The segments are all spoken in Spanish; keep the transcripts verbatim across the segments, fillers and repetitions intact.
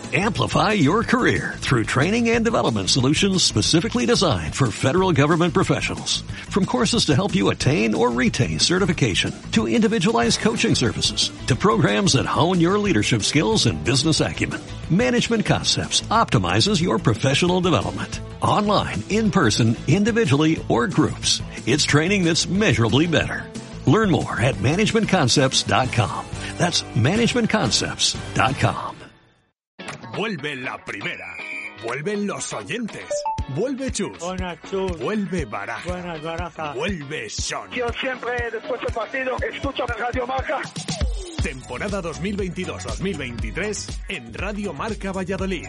Amplify your career through training and development solutions specifically designed for federal government professionals. From courses to help you attain or retain certification, to individualized coaching services, to programs that hone your leadership skills and business acumen, Management Concepts optimizes your professional development. Online, in person, individually, or groups, it's training that's measurably better. Learn more at management concepts dot com. That's management concepts dot com. Vuelve la primera. Vuelven los oyentes. Vuelve Chus. Buenas, Chus. Vuelve Baraja. Buenas, Baraja. Vuelve Son. Yo siempre, después del partido, escucho Radio Marca. Temporada dos mil veintidós dos mil veintitrés en Radio Marca Valladolid.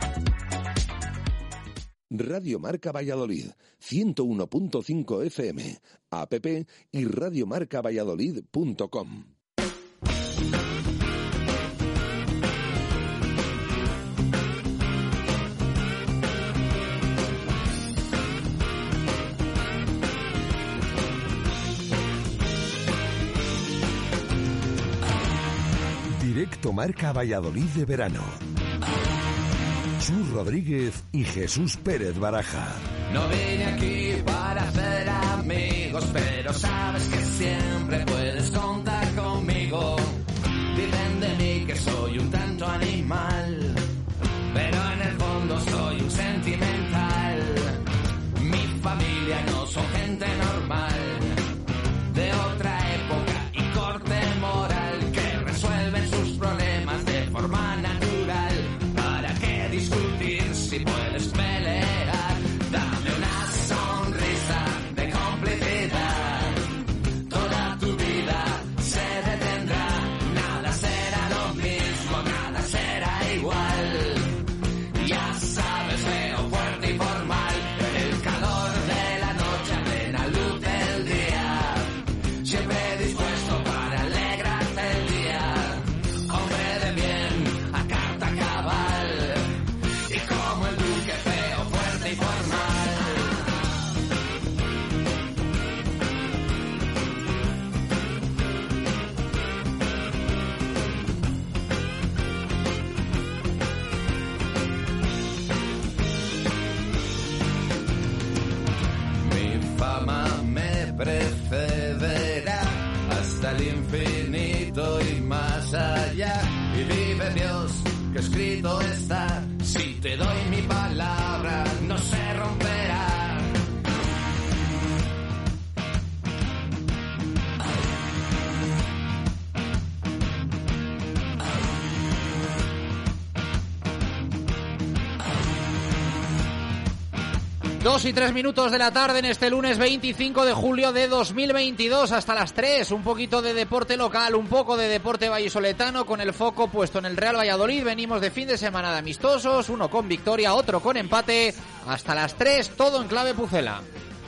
Radio Marca Valladolid, ciento uno punto cinco F M, app y radiomarca valladolid punto com. Directo Marca Valladolid de verano. Chus Rodríguez y Jesús Pérez Baraja. No vine aquí para hacer amigos, pero sabes que siempre puedes contar conmigo. Dicen de mí que soy un tanto animal, pero en el fondo soy un sentimental. Mi familia no son gente normal, de otra época y corte moral, que resuelven sus problemas de forma natural. ¿Para qué discutir si puedes pelear? Dame una sonrisa de complicidad. Toda tu vida se detendrá. Nada será lo mismo, nada será igual. Ya sabes, feo, fuerte y formal. El calor de la noche a plena luz del día. Siempre dispuesto para alegrarte el día. Hombre de bien, a carta cabal. Y como el duque, feo, fuerte y formal. Mi fama me precederá hasta el infinito y más allá. Y vive Dios, que escrito está. Si te doy mi palabra, no se romperá. Dos y tres minutos de la tarde en este lunes veinticinco de julio de dos mil veintidós, hasta las tres, un poquito de deporte local, un poco de deporte vallisoletano, con el foco puesto en el Real Valladolid. Venimos de fin de semana de amistosos, uno con victoria, otro con empate, hasta las tres, todo en clave Pucela.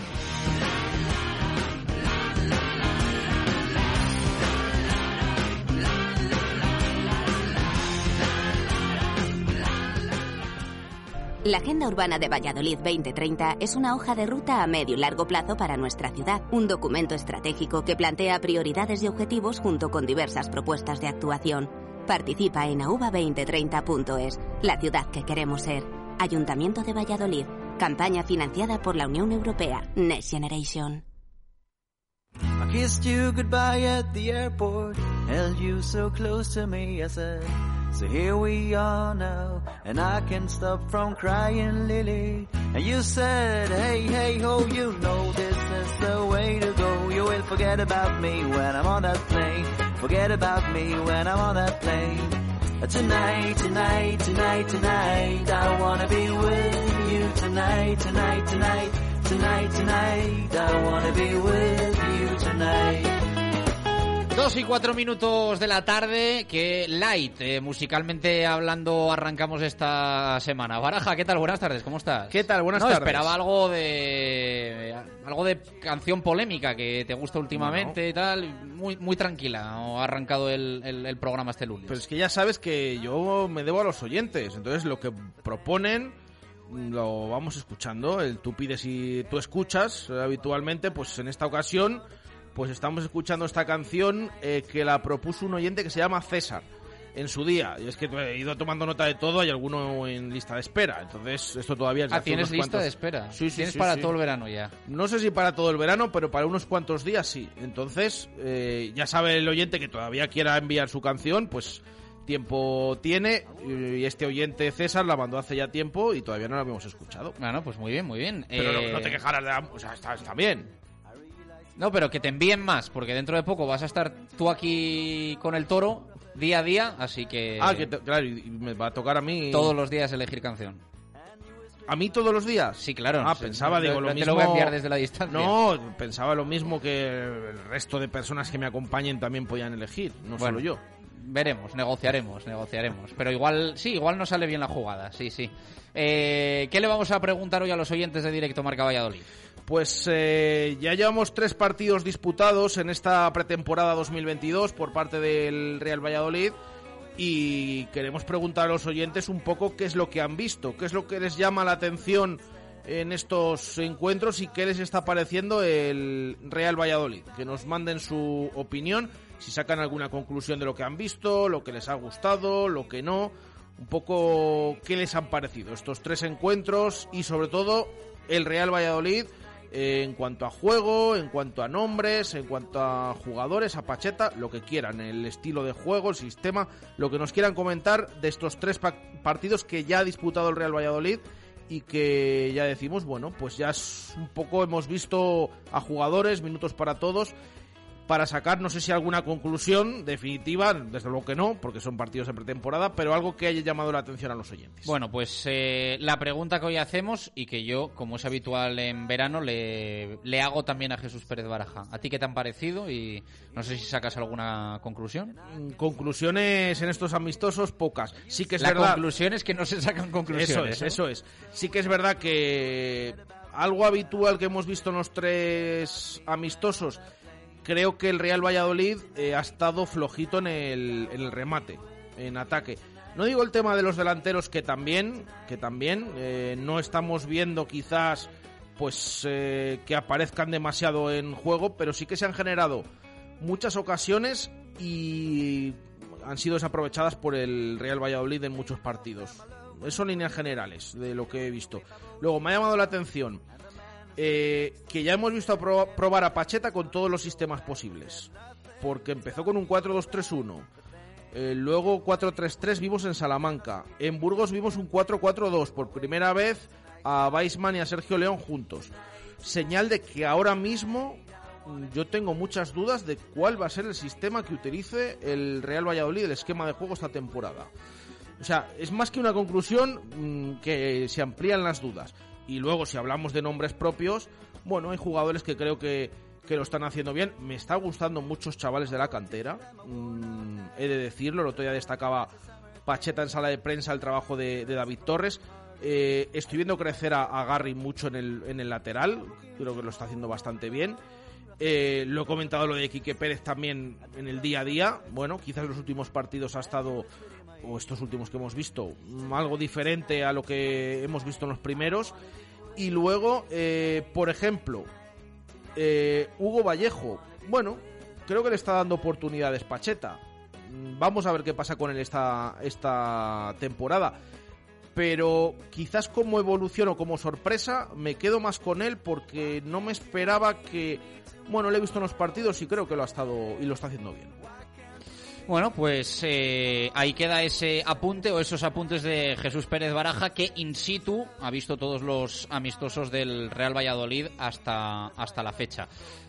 La Agenda Urbana de Valladolid veinte treinta es una hoja de ruta a medio y largo plazo para nuestra ciudad, un documento estratégico que plantea prioridades y objetivos junto con diversas propuestas de actuación. Participa en a u v a veinte treinta punto es, la ciudad que queremos ser. Ayuntamiento de Valladolid, campaña financiada por la Unión Europea, Next Generation. I kissed you goodbye at the airport, held you so close to me, I said, so here we are now, and I can't stop from crying, Lily. And you said, hey, hey, ho, you know this is the way to go. You will forget about me when I'm on that plane, forget about me when I'm on that plane. Tonight, tonight, tonight, tonight, I wanna be with you tonight, tonight, tonight, tonight, tonight, I wanna be with you tonight. Dos y cuatro minutos de la tarde, que light, eh, musicalmente hablando, arrancamos esta semana. Baraja, ¿qué tal? Buenas tardes, ¿cómo estás? ¿Qué tal? Buenas no, tardes. Esperaba algo de algo de canción polémica que te gusta últimamente no. y tal. Muy muy tranquila, ha arrancado el, el, el programa este lunes. Pues es que ya sabes que yo me debo a los oyentes, entonces lo que proponen lo vamos escuchando. El tú pides y tú escuchas eh, habitualmente, pues en esta ocasión pues estamos escuchando esta canción eh, que la propuso un oyente que se llama César. en su día. Y es que he ido tomando nota de todo, hay alguno en lista de espera. Entonces, esto todavía es... Ah, ¿tienes lista cuantos... de espera? Sí, sí, ¿Tienes sí, para sí. todo el verano ya? No sé si para todo el verano, pero para unos cuantos días sí. Entonces, eh, ya sabe el oyente que todavía quiera enviar su canción, pues tiempo tiene. Y este oyente César la mandó hace ya tiempo y todavía no la habíamos escuchado. Bueno, pues muy bien, muy bien. Pero eh... no, no te quejarás de la... O sea, está, está bien. No, pero que te envíen más, porque dentro de poco vas a estar tú aquí con el Toro día a día, así que... Ah, que te, claro, y me va a tocar a mí... Todos los días elegir canción. ¿A mí todos los días? Sí, claro. Ah, pensaba, no, digo, no, lo no mismo... te lo voy a enviar desde la distancia. No, pensaba lo mismo que el resto de personas que me acompañen también podían elegir, no bueno, solo yo. Veremos, negociaremos, negociaremos. Pero igual, sí, igual no sale bien la jugada, sí, sí. Eh, ¿Qué le vamos a preguntar hoy a los oyentes de Directo Marca Valladolid? Pues eh, ya llevamos tres partidos disputados en esta pretemporada dos mil veintidós por parte del Real Valladolid y queremos preguntar a los oyentes un poco qué es lo que han visto, qué es lo que les llama la atención en estos encuentros y qué les está pareciendo el Real Valladolid. Que nos manden su opinión, si sacan alguna conclusión de lo que han visto, lo que les ha gustado, lo que no, un poco qué les han parecido estos tres encuentros y sobre todo el Real Valladolid eh, en cuanto a juego, en cuanto a nombres, en cuanto a jugadores, a Pacheta, lo que quieran, el estilo de juego, el sistema, lo que nos quieran comentar de estos tres pa- partidos que ya ha disputado el Real Valladolid y que ya decimos, bueno, pues ya es un poco, hemos visto a jugadores, minutos para todos, para sacar, no sé si alguna conclusión definitiva, desde luego que no, porque son partidos de pretemporada, pero algo que haya llamado la atención a los oyentes. Bueno, pues eh, la pregunta que hoy hacemos y que yo, como es habitual en verano, le, le hago también a Jesús Pérez Baraja. ¿A ti qué te han parecido? Y no sé si sacas alguna conclusión. Conclusiones en estos amistosos, pocas. Sí que es la verdad. La conclusión es que no se sacan conclusiones. Eso es, ¿eh? eso es. Sí que es verdad que algo habitual que hemos visto en los tres amistosos, creo que el Real Valladolid eh, ha estado flojito en el, en el remate, en ataque. No digo el tema de los delanteros, que también, que también eh, no estamos viendo quizás pues eh, que aparezcan demasiado en juego, pero sí que se han generado muchas ocasiones y han sido desaprovechadas por el Real Valladolid en muchos partidos. Eso son líneas generales de lo que he visto. Luego me ha llamado la atención Eh, que ya hemos visto a pro- probar a Pacheta con todos los sistemas posibles, porque empezó con un cuatro dos tres uno, eh, luego cuatro tres tres vimos en Salamanca, en Burgos vimos un cuatro cuatro dos, por primera vez a Weissman y a Sergio León juntos, señal de que ahora mismo yo tengo muchas dudas de cuál va a ser el sistema que utilice el Real Valladolid, el esquema de juego esta temporada. O sea, es más que una conclusión mmm, que se amplían las dudas. Y luego, si hablamos de nombres propios, bueno, hay jugadores que creo que, que lo están haciendo bien. Me está gustando muchos chavales de la cantera, mm, he de decirlo. El otro día destacaba Pacheta en sala de prensa el trabajo de, de David Torres. Eh, estoy viendo crecer a, a Garry mucho en el, en el lateral, creo que lo está haciendo bastante bien. Eh, lo he comentado lo de Quique Pérez también en el día a día. Bueno, quizás en los últimos partidos ha estado, o estos últimos que hemos visto, algo diferente a lo que hemos visto en los primeros. Y luego, eh, por ejemplo, eh, Hugo Vallejo, bueno, creo que le está dando oportunidades Pacheta. Vamos a ver qué pasa con él esta, esta temporada. Pero quizás como evolución o como sorpresa me quedo más con él, porque no me esperaba que... Bueno, le he visto en los partidos y creo que lo ha estado y lo está haciendo bien. Bueno, pues eh, ahí queda ese apunte o esos apuntes de Jesús Pérez Baraja, que in situ ha visto todos los amistosos del Real Valladolid hasta, hasta la fecha.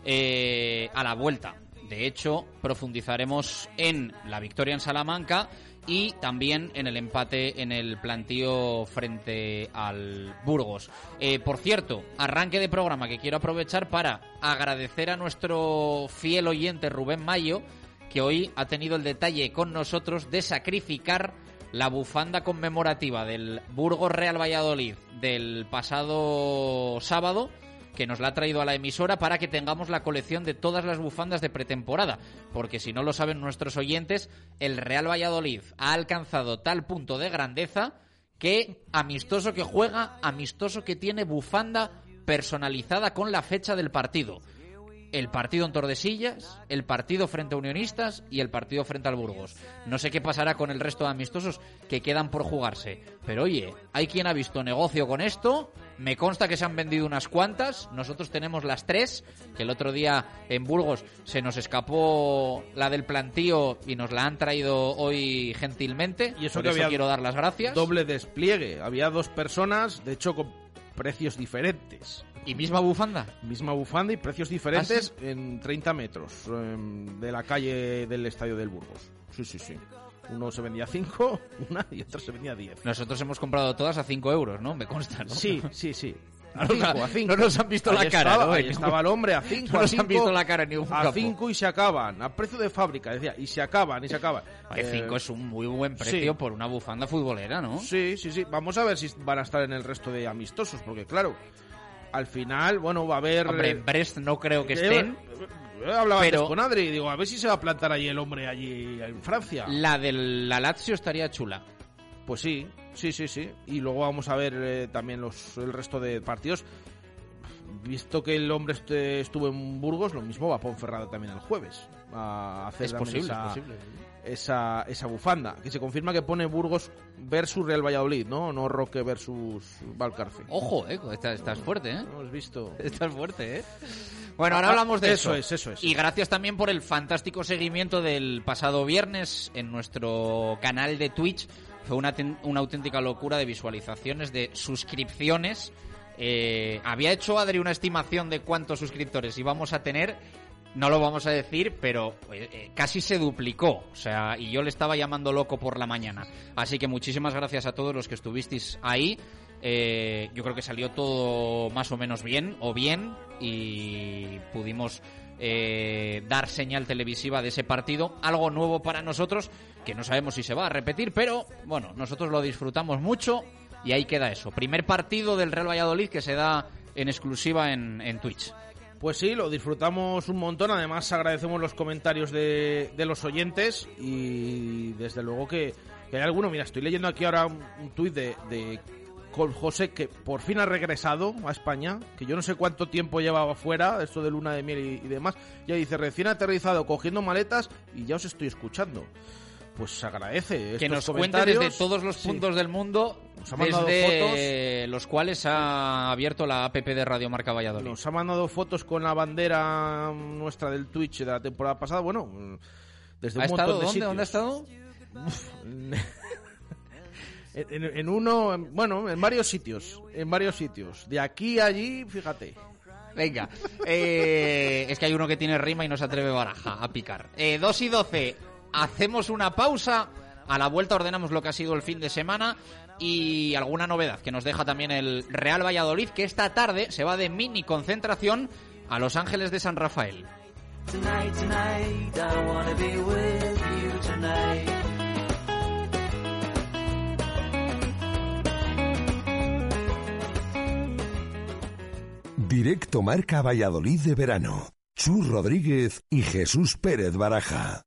Eh, a la vuelta, de hecho, profundizaremos en la victoria en Salamanca y también en el empate en el plantío frente al Burgos. Eh, por cierto, arranque de programa que quiero aprovechar para agradecer a nuestro fiel oyente Rubén Mayo, que hoy ha tenido el detalle con nosotros de sacrificar la bufanda conmemorativa del Burgos Real Valladolid del pasado sábado, que nos la ha traído a la emisora para que tengamos la colección de todas las bufandas de pretemporada, porque si no lo saben nuestros oyentes, el Real Valladolid ha alcanzado tal punto de grandeza que amistoso que juega, amistoso que tiene bufanda personalizada con la fecha del partido. el partido en Tordesillas, el partido frente a Unionistas y el partido frente al Burgos. No sé qué pasará con el resto de amistosos que quedan por jugarse. Pero oye, hay quien ha visto negocio con esto. Me consta que se han vendido unas cuantas. Nosotros tenemos las tres, que el otro día en Burgos se nos escapó la del plantío y nos la han traído hoy gentilmente. Y eso por que eso había quiero dar las gracias. Doble despliegue. Había dos personas, de hecho con precios diferentes. ¿Y misma bufanda? Misma bufanda y precios diferentes. ¿Ah, sí? En treinta metros eh, de la calle del estadio del Burgos. Sí, sí, sí. Uno se vendía a cinco, una y otro se vendía a diez. Nosotros hemos comprado todas a cinco euros, ¿no? Me consta, ¿no? Sí, sí, sí. A cinco, a cinco. No nos han visto ahí la cara, estaba, ¿no? Ahí estaba el hombre a cinco. No nos cinco, han visto la cara en ningún A campo. cinco y se acaban. A precio de fábrica, decía. Y se acaban, y se acaban. Oye, cinco eh, es un muy buen precio sí. por una bufanda futbolera, ¿no? Sí, sí, sí. Vamos a ver si van a estar en el resto de amistosos, porque claro, al final, bueno, va a haber... Hombre, en Brest no creo que estén. Yo hablaba pero... antes con Adri y digo, a ver si se va a plantar allí el hombre allí en Francia. La del la Lazio estaría chula. Pues sí, sí, sí, sí. Y luego vamos a ver eh, también los el resto de partidos. Visto que el hombre este estuvo en Burgos, lo mismo va a Ponferrada también el jueves. A hacer es posible, esa, es posible. Esa, esa bufanda. Que se confirma que pone Burgos versus Real Valladolid, ¿no? No Roque versus Valcarce. Ojo, eh, estás, estás fuerte, ¿eh? No has visto. Estás fuerte, ¿eh? Bueno, ahora hablamos de eso. Eso es, eso es. Y gracias también por el fantástico seguimiento del pasado viernes en nuestro canal de Twitch. Fue una, una auténtica locura de visualizaciones, de suscripciones. Eh, había hecho Adri una estimación de cuántos suscriptores íbamos a tener. No lo vamos a decir, pero eh, casi se duplicó. O sea, y yo le estaba llamando loco por la mañana. Así que muchísimas gracias a todos los que estuvisteis ahí. Eh, yo creo que salió todo más o menos bien, o bien, y pudimos eh, dar señal televisiva de ese partido. Algo nuevo para nosotros, que no sabemos si se va a repetir, pero bueno, nosotros lo disfrutamos mucho y ahí queda eso. Primer partido del Real Valladolid que se da en exclusiva en, en Twitch. Pues sí, lo disfrutamos un montón. Además agradecemos los comentarios de, de los oyentes y desde luego que, que hay alguno. Mira, estoy leyendo aquí ahora un, un tuit de, de Col José, que por fin ha regresado a España, que yo no sé cuánto tiempo llevaba fuera, esto de luna de miel y, y demás. Ya dice, recién aterrizado, cogiendo maletas y ya os estoy escuchando. Pues se agradece. Que nos cuente desde todos los puntos sí. del mundo, nos ha mandado desde fotos, los cuales ha abierto la app de Radio Marca Valladolid. Nos ha mandado fotos con la bandera nuestra del Twitch de la temporada pasada. Bueno, desde un ¿Ha montón estado? de ¿Dónde? sitios. ¿Dónde ha estado? Uf, en, en, en uno, en, bueno, en varios sitios, en varios sitios. De aquí a allí, fíjate. Venga, eh, es que hay uno que tiene rima y no se atreve baraja a picar. Eh, dos y doce. Hacemos una pausa, a la vuelta ordenamos lo que ha sido el fin de semana y alguna novedad que nos deja también el Real Valladolid, que esta tarde se va de mini concentración a Los Ángeles de San Rafael. Tonight, tonight, I wanna be with you tonight. Directo Marca Valladolid de verano. Chus Rodríguez y Jesús Pérez Baraja.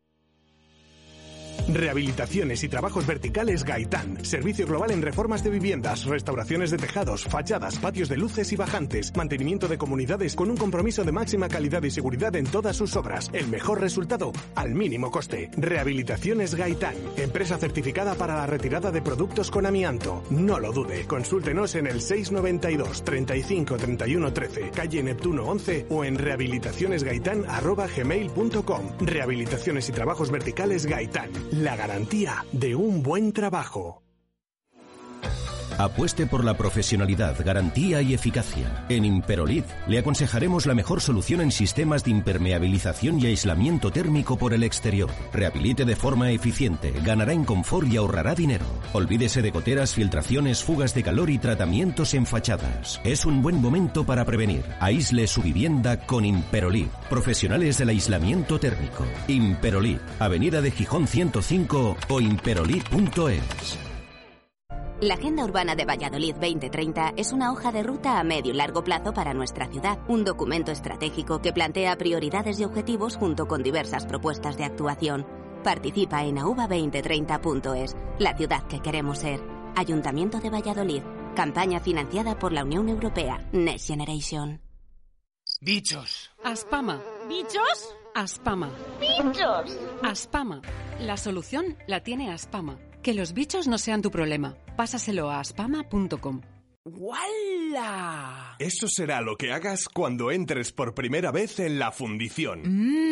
Rehabilitaciones y trabajos verticales Gaitán. Servicio global en reformas de viviendas, restauraciones de tejados, fachadas, patios de luces y bajantes, mantenimiento de comunidades con un compromiso de máxima calidad y seguridad en todas sus obras. El mejor resultado al mínimo coste. Rehabilitaciones Gaitán. Empresa certificada para la retirada de productos con amianto. No lo dude. Consúltenos en el seis noventa y dos, treinta y cinco, treinta y uno, trece, calle Neptuno once o en rehabilitacionesgaitán arroba gmail punto com. Rehabilitaciones y trabajos verticales Gaitán. La garantía de un buen trabajo. Apueste por la profesionalidad, garantía y eficacia. En Imperolid le aconsejaremos la mejor solución en sistemas de impermeabilización y aislamiento térmico por el exterior. Rehabilite de forma eficiente, ganará en confort y ahorrará dinero. Olvídese de goteras, filtraciones, fugas de calor y tratamientos en fachadas. Es un buen momento para prevenir. Aísle su vivienda con Imperolid. Profesionales del aislamiento térmico. Imperolid, Avenida de Gijón ciento cinco o imperolid punto es. La Agenda Urbana de Valladolid veinte treinta es una hoja de ruta a medio y largo plazo para nuestra ciudad, un documento estratégico que plantea prioridades y objetivos junto con diversas propuestas de actuación. Participa en auva veinte treinta punto es, la ciudad que queremos ser. Ayuntamiento de Valladolid, campaña financiada por la Unión Europea, Next Generation. Bichos. Aspama. ¿Bichos? Aspama. ¡Bichos! Aspama. La solución la tiene Aspama. Que los bichos no sean tu problema. Pásaselo a aspama punto com. ¡Wala! Eso será lo que hagas cuando entres por primera vez en la fundición.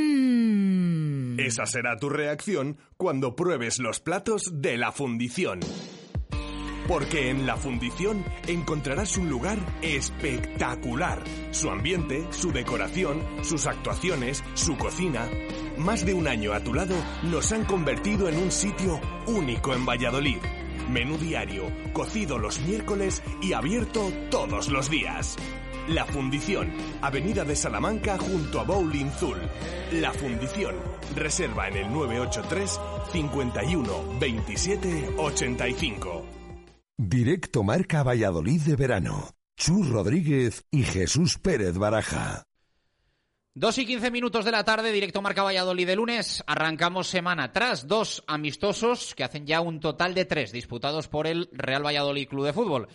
Mmm. Esa será tu reacción cuando pruebes los platos de la fundición. Porque en la fundición encontrarás un lugar espectacular. Su ambiente, su decoración, sus actuaciones, su cocina. Más de un año a tu lado nos han convertido en un sitio único en Valladolid. Menú diario, cocido los miércoles y abierto todos los días. La Fundición, Avenida de Salamanca junto a Bowling Zul. La Fundición, reserva en el nueve ocho tres, cincuenta y uno, veintisiete, ochenta y cinco. Directo Marca Valladolid de verano. Chus Rodríguez y Jesús Pérez Baraja. Dos y quince minutos de la tarde, directo Marca Valladolid de lunes. Arrancamos semana tras dos amistosos que hacen ya un total de tres disputados por el Real Valladolid Club de Fútbol.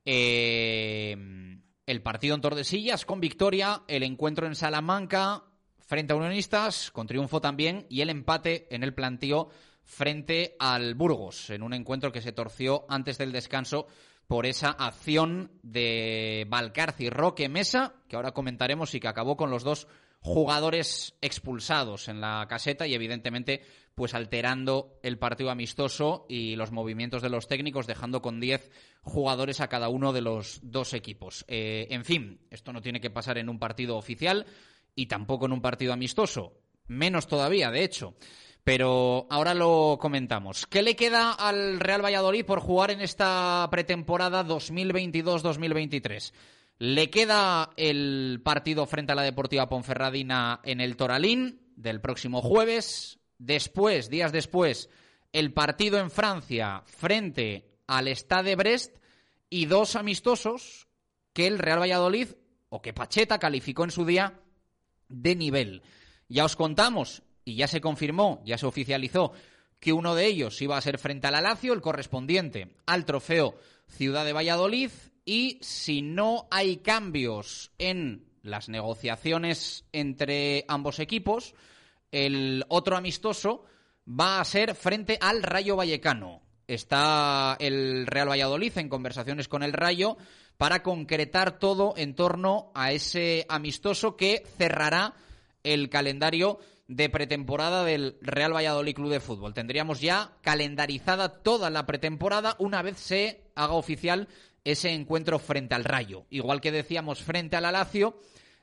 Eh, el partido en Tordesillas con victoria, el encuentro en Salamanca frente a Unionistas con triunfo también y el empate en el plantío frente al Burgos, en un encuentro que se torció antes del descanso por esa acción de Valcarce y Roque Mesa, que ahora comentaremos y que acabó con los dos jugadores expulsados en la caseta y evidentemente pues alterando el partido amistoso y los movimientos de los técnicos, dejando con diez jugadores a cada uno de los dos equipos. Eh, en fin, esto no tiene que pasar en un partido oficial y tampoco en un partido amistoso, menos todavía, de hecho. Pero ahora lo comentamos. ¿Qué le queda al Real Valladolid por jugar en esta pretemporada dos mil veintidós dos mil veintitrés? Le queda el partido frente a la Deportiva Ponferradina en el Toralín del próximo jueves. Después, días después, el partido en Francia frente al Stade Brest y dos amistosos que el Real Valladolid, o que Pacheta calificó en su día, de nivel. Ya os contamos, y ya se confirmó, ya se oficializó, que uno de ellos iba a ser frente al Lazio, el correspondiente al trofeo Ciudad de Valladolid, y si no hay cambios en las negociaciones entre ambos equipos, el otro amistoso va a ser frente al Rayo Vallecano. Está el Real Valladolid en conversaciones con el Rayo para concretar todo en torno a ese amistoso que cerrará el calendario de pretemporada del Real Valladolid Club de Fútbol. Tendríamos ya calendarizada toda la pretemporada una vez se haga oficial ese encuentro frente al Rayo. Igual que decíamos frente al Lazio,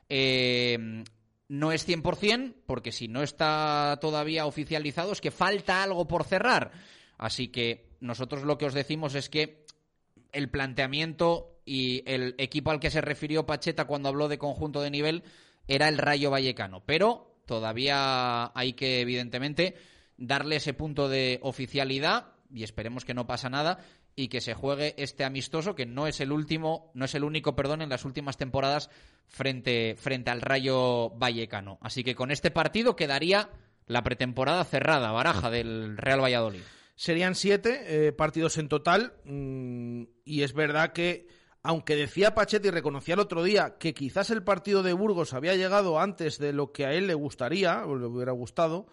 eh, no es cien por ciento, porque si no está todavía oficializado es que falta algo por cerrar. Así que nosotros lo que os decimos es que el planteamiento y el equipo al que se refirió Pacheta cuando habló de conjunto de nivel era el Rayo Vallecano, pero todavía hay que, evidentemente, darle ese punto de oficialidad y esperemos que no pasa nada y que se juegue este amistoso, que no es el último, no es el único, perdón, en las últimas temporadas frente, frente al Rayo Vallecano. Así que con este partido quedaría la pretemporada cerrada, Baraja, del Real Valladolid. Serían siete eh, partidos en total mmm, y es verdad que, aunque decía Pacheta y reconocía el otro día que quizás el partido de Burgos había llegado antes de lo que a él le gustaría, o le hubiera gustado,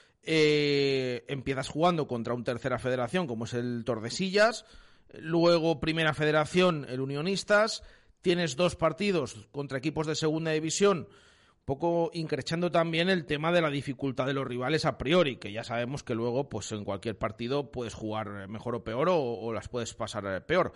eh, empiezas jugando contra un tercera federación como es el Tordesillas, luego primera federación el Unionistas, tienes dos partidos contra equipos de segunda división, un poco increchando también el tema de la dificultad de los rivales a priori, que ya sabemos que luego pues en cualquier partido puedes jugar mejor o peor o, o las puedes pasar peor.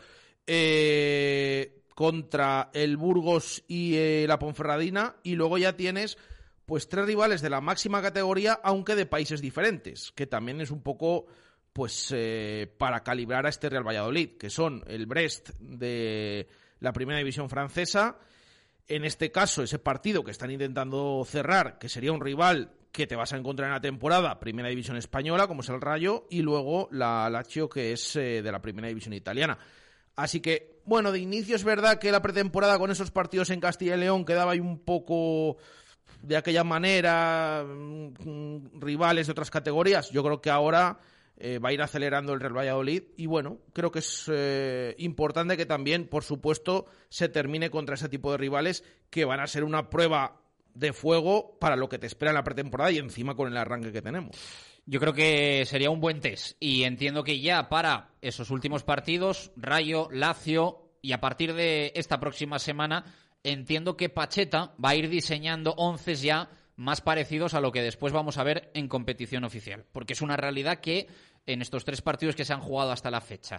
Eh, contra el Burgos y eh, la Ponferradina, y luego ya tienes pues tres rivales de la máxima categoría, aunque de países diferentes, que también es un poco pues eh, para calibrar a este Real Valladolid, que son el Brest de la primera división francesa, en este caso ese partido que están intentando cerrar, que sería un rival que te vas a encontrar en la temporada, primera división española, como es el Rayo, y luego la Lazio, que es eh, de la primera división italiana. Así que, bueno, de inicio es verdad que la pretemporada con esos partidos en Castilla y León quedaba ahí un poco de aquella manera, mmm, rivales de otras categorías. Yo creo que ahora eh, va a ir acelerando el Real Valladolid y bueno, creo que es eh, importante que también, por supuesto, se termine contra ese tipo de rivales que van a ser una prueba de fuego para lo que te espera en la pretemporada y encima con el arranque que tenemos. Yo creo que sería un buen test y entiendo que ya para esos últimos partidos, Rayo, Lazio y a partir de esta próxima semana, entiendo que Pacheta va a ir diseñando onces ya más parecidos a lo que después vamos a ver en competición oficial, porque es una realidad que en estos tres partidos que se han jugado hasta la fecha,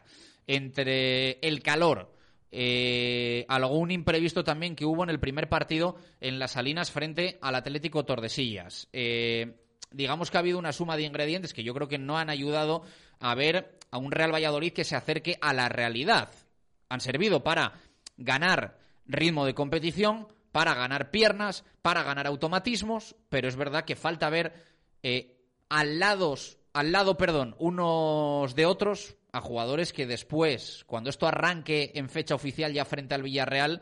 entre el calor, eh, algún imprevisto también que hubo en el primer partido en Las Salinas frente al Atlético Tordesillas, eh, digamos que ha habido una suma de ingredientes que yo creo que no han ayudado a ver a un Real Valladolid que se acerque a la realidad. Han servido para ganar ritmo de competición, para ganar piernas, para ganar automatismos, pero es verdad que falta ver eh, al, lados, al lado perdón, unos de otros a jugadores que después, cuando esto arranque en fecha oficial ya frente al Villarreal,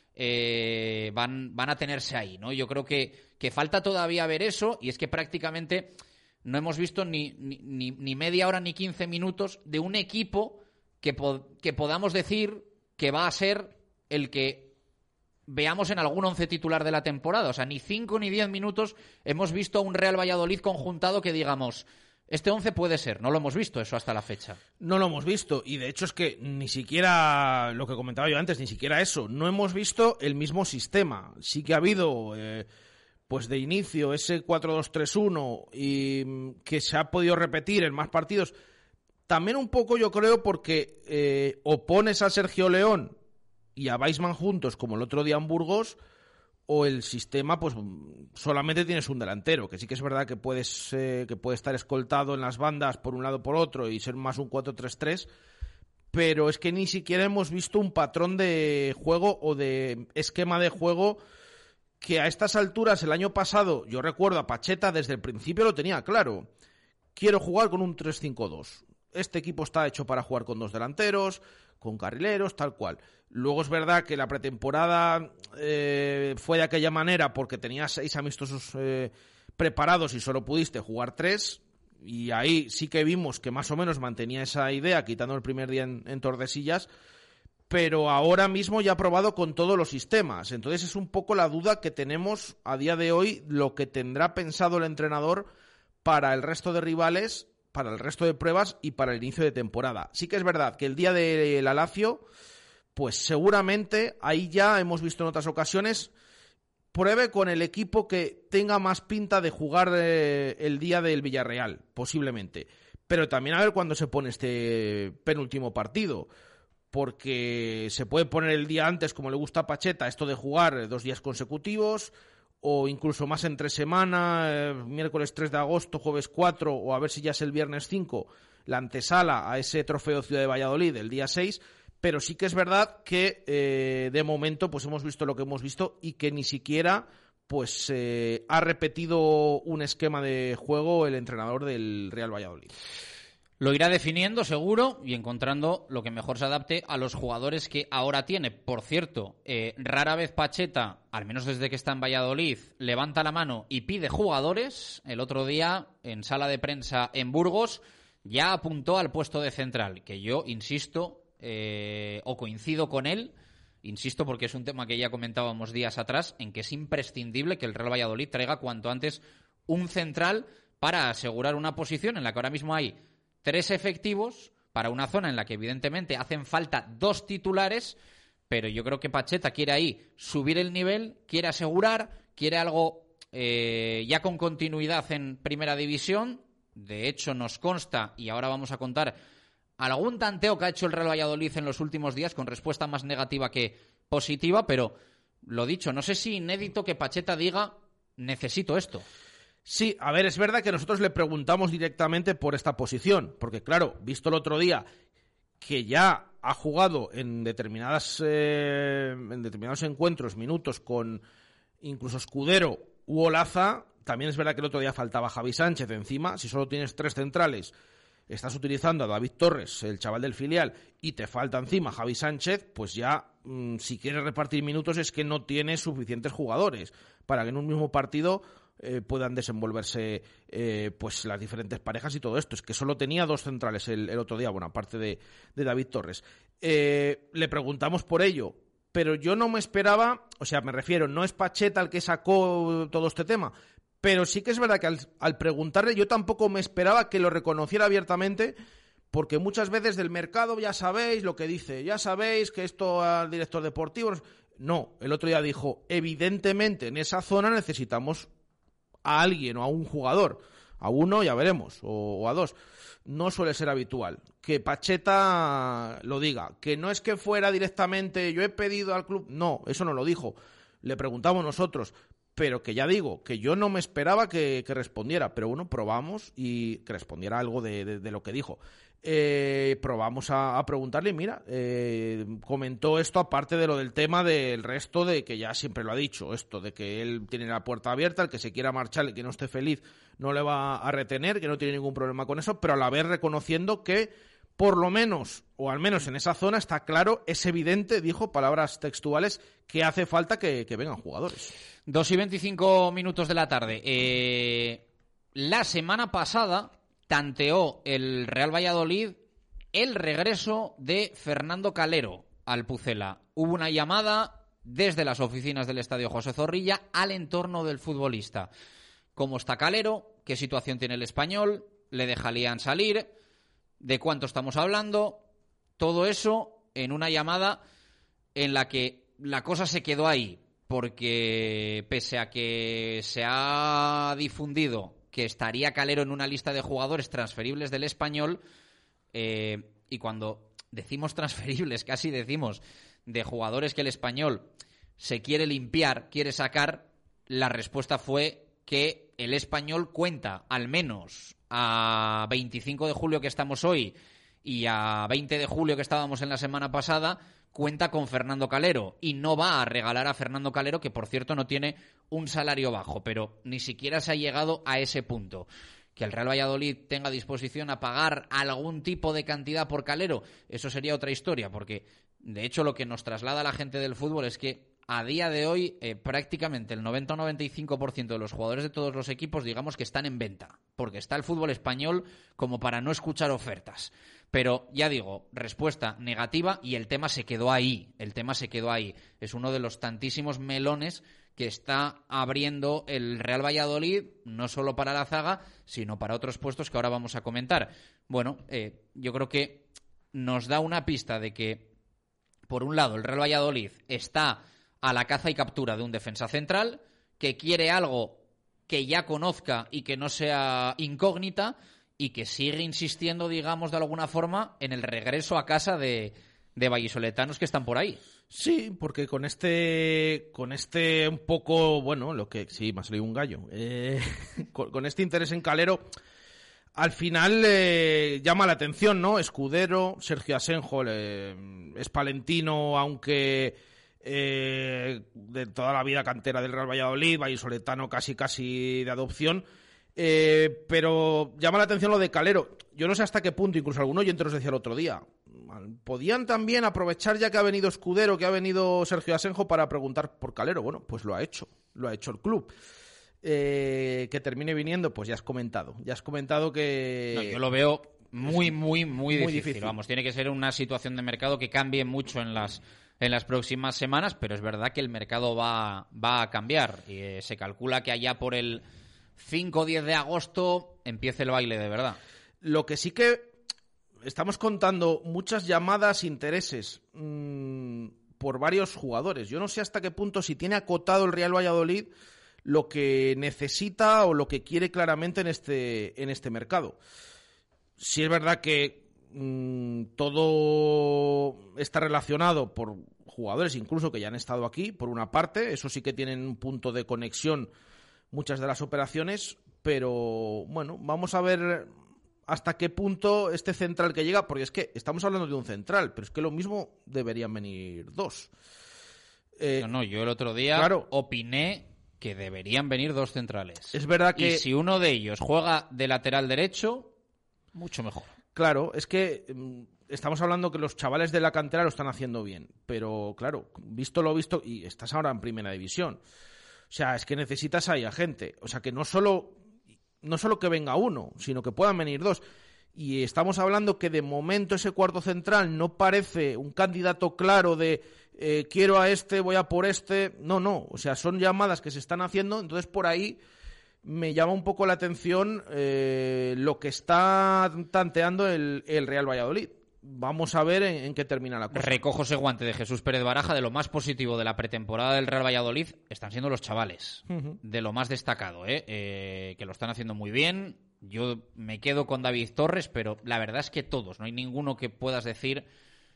eh, van, van a tenerse ahí, ¿no? Yo creo que, que falta todavía ver eso, y es que prácticamente no hemos visto ni, ni, ni, ni media hora ni quince minutos de un equipo que, po- que podamos decir que va a ser el que veamos en algún once titular de la temporada. O sea, ni cinco ni diez minutos hemos visto a un Real Valladolid conjuntado que digamos, este once puede ser. No lo hemos visto eso hasta la fecha. No lo hemos visto, y de hecho es que ni siquiera, lo que comentaba yo antes, ni siquiera eso, no hemos visto el mismo sistema. Sí que ha habido, eh, pues de inicio, ese cuatro dos tres uno, y que se ha podido repetir en más partidos. También un poco yo creo porque eh, o pones a Sergio León y a Weissman juntos como el otro día en Burgos, o el sistema pues solamente tienes un delantero, que sí que es verdad que puedes eh, que puede estar escoltado en las bandas por un lado o por otro y ser más un cuatro tres tres, pero es que ni siquiera hemos visto un patrón de juego o de esquema de juego que a estas alturas el año pasado, yo recuerdo a Pacheta desde el principio lo tenía claro, quiero jugar con un tres cinco dos. Este equipo está hecho para jugar con dos delanteros, con carrileros, tal cual. Luego es verdad que la pretemporada eh, fue de aquella manera porque tenías seis amistosos eh, preparados y solo pudiste jugar tres. Y ahí sí que vimos que más o menos mantenía esa idea, quitando el primer día en, en Tordesillas. Pero ahora mismo ya ha probado con todos los sistemas. Entonces es un poco la duda que tenemos a día de hoy, lo que tendrá pensado el entrenador para el resto de rivales, para el resto de pruebas y para el inicio de temporada. Sí que es verdad que el día de la Lazio, pues seguramente ahí ya hemos visto en otras ocasiones, pruebe con el equipo que tenga más pinta de jugar eh, el día del Villarreal, posiblemente. Pero también a ver cuándo se pone este penúltimo partido, porque se puede poner el día antes, como le gusta a Pacheta, esto de jugar dos días consecutivos, o incluso más entre semana, eh, miércoles tres de agosto, jueves cuatro, o a ver si ya es el viernes cinco, la antesala a ese trofeo Ciudad de Valladolid el día seis, pero sí que es verdad que eh, de momento pues hemos visto lo que hemos visto y que ni siquiera pues eh, ha repetido un esquema de juego el entrenador del Real Valladolid. Lo irá definiendo seguro y encontrando lo que mejor se adapte a los jugadores que ahora tiene. Por cierto, eh, rara vez Pacheta, al menos desde que está en Valladolid, levanta la mano y pide jugadores. El otro día, en sala de prensa en Burgos, ya apuntó al puesto de central, que yo insisto, eh, o coincido con él, insisto porque es un tema que ya comentábamos días atrás, en que es imprescindible que el Real Valladolid traiga cuanto antes un central para asegurar una posición en la que ahora mismo hay tres efectivos para una zona en la que evidentemente hacen falta dos titulares, pero yo creo que Pacheta quiere ahí subir el nivel, quiere asegurar, quiere algo eh, ya con continuidad en Primera División. De hecho nos consta, y ahora vamos a contar algún tanteo que ha hecho el Real Valladolid en los últimos días con respuesta más negativa que positiva, pero lo dicho, no sé si inédito que Pacheta diga necesito esto. Sí, a ver, es verdad que nosotros le preguntamos directamente por esta posición, porque claro, visto el otro día que ya ha jugado en determinadas eh, en determinados encuentros, minutos con incluso Escudero u Olaza, también es verdad que el otro día faltaba Javi Sánchez encima. Si solo tienes tres centrales, estás utilizando a David Torres, el chaval del filial, y te falta encima Javi Sánchez, pues ya mmm, si quieres repartir minutos es que no tienes suficientes jugadores para que en un mismo partido eh, puedan desenvolverse eh, pues las diferentes parejas y todo esto. Es que solo tenía dos centrales el, el otro día, bueno, aparte de, de David Torres. Eh, le preguntamos por ello, pero yo no me esperaba, o sea, me refiero, no es Pacheta el que sacó todo este tema, pero sí que es verdad que al, al preguntarle yo tampoco me esperaba que lo reconociera abiertamente, porque muchas veces del mercado ya sabéis lo que dice, ya sabéis que esto al director deportivo... No, el otro día dijo, evidentemente en esa zona necesitamos a alguien o a un jugador, a uno ya veremos, o, o a dos. No suele ser habitual que Pacheta lo diga, que no es que fuera directamente, yo he pedido al club, no, eso no lo dijo, le preguntamos nosotros, pero que ya digo, que yo no me esperaba que, que respondiera, pero bueno, probamos y que respondiera algo de, de, de lo que dijo. Eh, probamos a, a preguntarle y mira, eh, comentó esto aparte de lo del tema del resto de que ya siempre lo ha dicho, esto de que él tiene la puerta abierta, el que se quiera marchar, el que no esté feliz no le va a retener, que no tiene ningún problema con eso, pero a la vez reconociendo que por lo menos, o al menos en esa zona está claro, es evidente, dijo, palabras textuales, que hace falta que, que vengan jugadores. Dos y veinticinco minutos de la tarde. Eh, la semana pasada tanteó el Real Valladolid el regreso de Fernando Calero al Pucela. Hubo una llamada desde las oficinas del Estadio José Zorrilla al entorno del futbolista. ¿Cómo está Calero? ¿Qué situación tiene el español? ¿Le dejarían salir? ¿De cuánto estamos hablando? Todo eso en una llamada en la que la cosa se quedó ahí, porque pese a que se ha difundido que estaría Calero en una lista de jugadores transferibles del Español, eh, y cuando decimos transferibles, casi decimos de jugadores que el Español se quiere limpiar, quiere sacar, la respuesta fue que el Español cuenta, al menos a veinticinco de julio que estamos hoy y a veinte de julio que estábamos en la semana pasada, cuenta con Fernando Calero y no va a regalar a Fernando Calero, que por cierto no tiene un salario bajo, pero ni siquiera se ha llegado a ese punto. Que el Real Valladolid tenga disposición a pagar algún tipo de cantidad por Calero, eso sería otra historia, porque de hecho lo que nos traslada la gente del fútbol es que a día de hoy eh, prácticamente el noventa o noventa y cinco por ciento de los jugadores de todos los equipos, digamos que están en venta, porque está el fútbol español como para no escuchar ofertas. Pero ya digo, respuesta negativa y el tema se quedó ahí, el tema se quedó ahí. Es uno de los tantísimos melones que está abriendo el Real Valladolid, no solo para la zaga, sino para otros puestos que ahora vamos a comentar. Bueno, eh, yo creo que nos da una pista de que, por un lado, el Real Valladolid está a la caza y captura de un defensa central, que quiere algo que ya conozca y que no sea incógnita, y que sigue insistiendo, digamos, de alguna forma, en el regreso a casa de, de vallisoletanos que están por ahí. Sí, porque con este, con este un poco, bueno, lo que sí, me ha salido un gallo, eh, con, con este interés en Calero, al final eh, llama la atención, ¿no? Escudero, Sergio Asenjo, eh, es palentino, aunque eh, de toda la vida cantera del Real Valladolid, vallisoletano casi casi de adopción. Eh, pero llama la atención lo de Calero. Yo no sé hasta qué punto, incluso algún oyente nos decía el otro día, podían también aprovechar ya que ha venido Escudero, que ha venido Sergio Asenjo para preguntar por Calero. Bueno, pues lo ha hecho, lo ha hecho el club. Eh, que termine viniendo, pues ya has comentado, ya has comentado que... No, yo lo veo muy, muy, muy, muy difícil. difícil. Vamos, tiene que ser una situación de mercado que cambie mucho en las en las próximas semanas, pero es verdad que el mercado va, va a cambiar. Y eh, se calcula que allá por el cinco o diez de agosto empiece el baile de verdad. Lo que sí que estamos contando muchas llamadas, intereses mmm, por varios jugadores. Yo no sé hasta qué punto, si tiene acotado el Real Valladolid lo que necesita o lo que quiere claramente en este, en este mercado. Sí es verdad que mmm, todo está relacionado por jugadores incluso que ya han estado aquí, por una parte, eso sí que tienen un punto de conexión muchas de las operaciones, pero bueno, vamos a ver hasta qué punto este central que llega, porque es que estamos hablando de un central, pero es que lo mismo deberían venir dos. Eh, no, no, yo el otro día claro, opiné que deberían venir dos centrales. Es verdad que... Y si uno de ellos juega de lateral derecho, mucho mejor. Claro, es que mm, estamos hablando que los chavales de la cantera lo están haciendo bien, pero claro, visto lo visto, y estás ahora en primera división, O sea, es que necesitas ahí a gente. O sea, que no solo, no solo que venga uno, sino que puedan venir dos. Y estamos hablando que de momento ese cuarto central no parece un candidato claro de eh, quiero a este, voy a por este. No, no. O sea, son llamadas que se están haciendo. Entonces, por ahí me llama un poco la atención eh, lo que está tanteando el, el Real Valladolid. Vamos a ver en, en qué termina la cosa. Recojo ese guante de Jesús Pérez Baraja. De lo más positivo de la pretemporada del Real Valladolid están siendo los chavales. Uh-huh. De lo más destacado, ¿eh? Eh, que lo están haciendo muy bien. Yo me quedo con David Torres, pero la verdad es que todos. No hay ninguno que puedas decir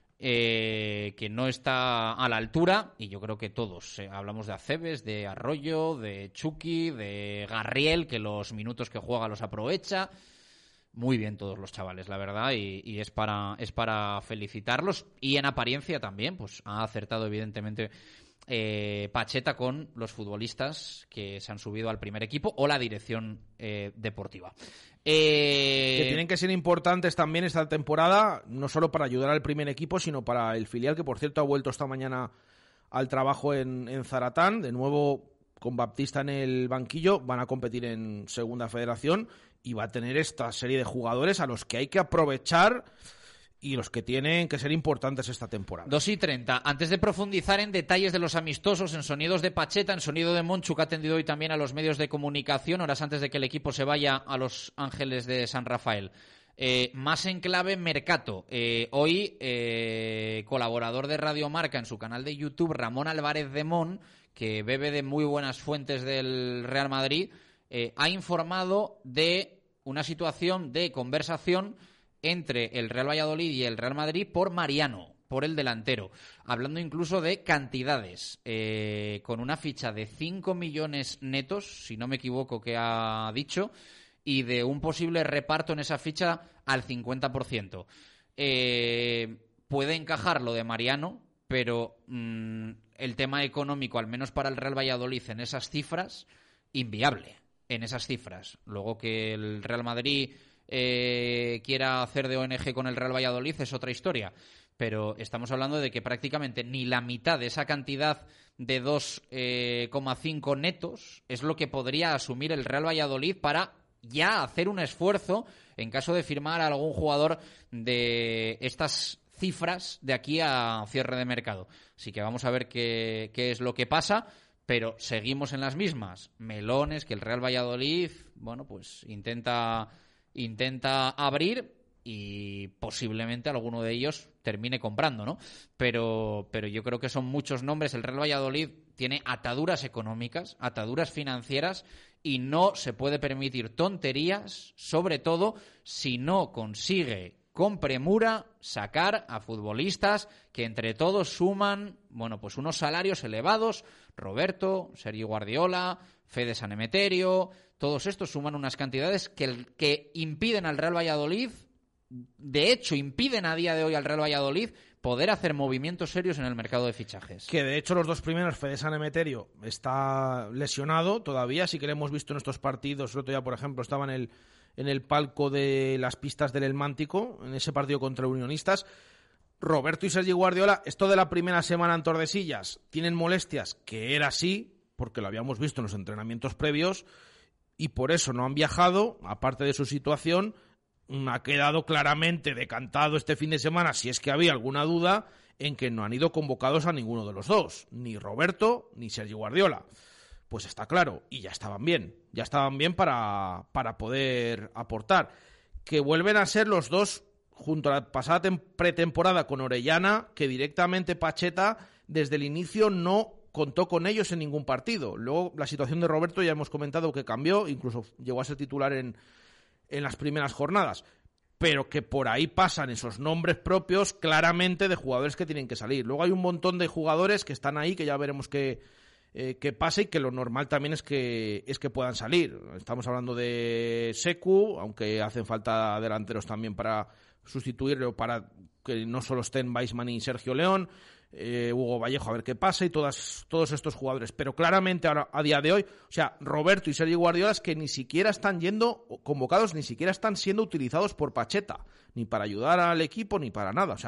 eh, que no está a la altura. Y yo creo que todos. Eh, hablamos de Aceves, de Arroyo, de Chucky, de Garriel, que los minutos que juega los aprovecha. Muy bien todos los chavales, la verdad, y, y es para es para felicitarlos. Y en apariencia también, pues ha acertado evidentemente eh, Pacheta con los futbolistas que se han subido al primer equipo o la dirección eh, deportiva. Eh... Que tienen que ser importantes también esta temporada, no solo para ayudar al primer equipo, sino para el filial, que por cierto ha vuelto esta mañana al trabajo en, en Zaratán, de nuevo con Baptista en el banquillo, van a competir en Segunda Federación y va a tener esta serie de jugadores a los que hay que aprovechar y los que tienen que ser importantes esta temporada. dos y treinta. Antes de profundizar en detalles de los amistosos, en sonidos de Pacheta, en sonido de Monchu, que ha atendido hoy también a los medios de comunicación, horas antes de que el equipo se vaya a Los Ángeles de San Rafael. Eh, más en clave Mercato. Eh, hoy, eh, colaborador de Radio Marca en su canal de YouTube, Ramón Álvarez de Mon, que bebe de muy buenas fuentes del Real Madrid, eh, ha informado de una situación de conversación entre el Real Valladolid y el Real Madrid por Mariano, por el delantero, hablando incluso de cantidades, eh, con una ficha de cinco millones netos, si no me equivoco que ha dicho, y de un posible reparto en esa ficha al cincuenta por ciento. Eh, puede encajar lo de Mariano, pero mmm, el tema económico, al menos para el Real Valladolid, en esas cifras, inviable, en esas cifras. Luego que el Real Madrid eh, quiera hacer de O N G con el Real Valladolid es otra historia, pero estamos hablando de que prácticamente ni la mitad de esa cantidad de dos coma cinco netos es lo que podría asumir el Real Valladolid para ya hacer un esfuerzo en caso de firmar a algún jugador de estas cifras de aquí a cierre de mercado. Así que vamos a ver qué, qué es lo que pasa, pero seguimos en las mismas. Melones que el Real Valladolid, bueno, pues intenta, intenta abrir y posiblemente alguno de ellos termine comprando, ¿no? Pero, pero yo creo que son muchos nombres. El Real Valladolid tiene ataduras económicas, ataduras financieras, y no se puede permitir tonterías, sobre todo si no consigue con premura sacar a futbolistas que entre todos suman, bueno, pues unos salarios elevados. Roberto, Sergi Guardiola, Fede San Emeterio, todos estos suman unas cantidades que, que impiden al Real Valladolid, de hecho impiden a día de hoy al Real Valladolid poder hacer movimientos serios en el mercado de fichajes. Que de hecho los dos primeros, Fede San Emeterio está lesionado todavía, sí que lo hemos visto en estos partidos. El otro día, por ejemplo, estaba en el, en el palco de las pistas del El Mántico, en ese partido contra Unionistas. Roberto y Sergi Guardiola, esto de la primera semana en Tordesillas, tienen molestias, que era así, porque lo habíamos visto en los entrenamientos previos, y por eso no han viajado, aparte de su situación. Ha quedado claramente decantado este fin de semana, si es que había alguna duda, en que no han ido convocados a ninguno de los dos, ni Roberto ni Sergi Guardiola. Pues está claro, y ya estaban bien, ya estaban bien para, para poder aportar. Que vuelven a ser los dos, junto a la pasada tem- pretemporada con Orellana, que directamente Pacheta desde el inicio no contó con ellos en ningún partido. Luego la situación de Roberto ya hemos comentado que cambió, incluso llegó a ser titular en en las primeras jornadas, pero que por ahí pasan esos nombres propios claramente de jugadores que tienen que salir. Luego hay un montón de jugadores que están ahí, que ya veremos qué, eh, qué pasa, y que lo normal también es que, es que puedan salir. Estamos hablando de Secu, aunque hacen falta delanteros también para sustituirlo, para que no solo estén Weissman y Sergio León, eh, Hugo Vallejo, a ver qué pasa, y todas, todos estos jugadores. Pero claramente ahora, a día de hoy, o sea, Roberto y Sergi Guardiola es que ni siquiera están yendo convocados, ni siquiera están siendo utilizados por Pacheta, ni para ayudar al equipo, ni para nada. O sea,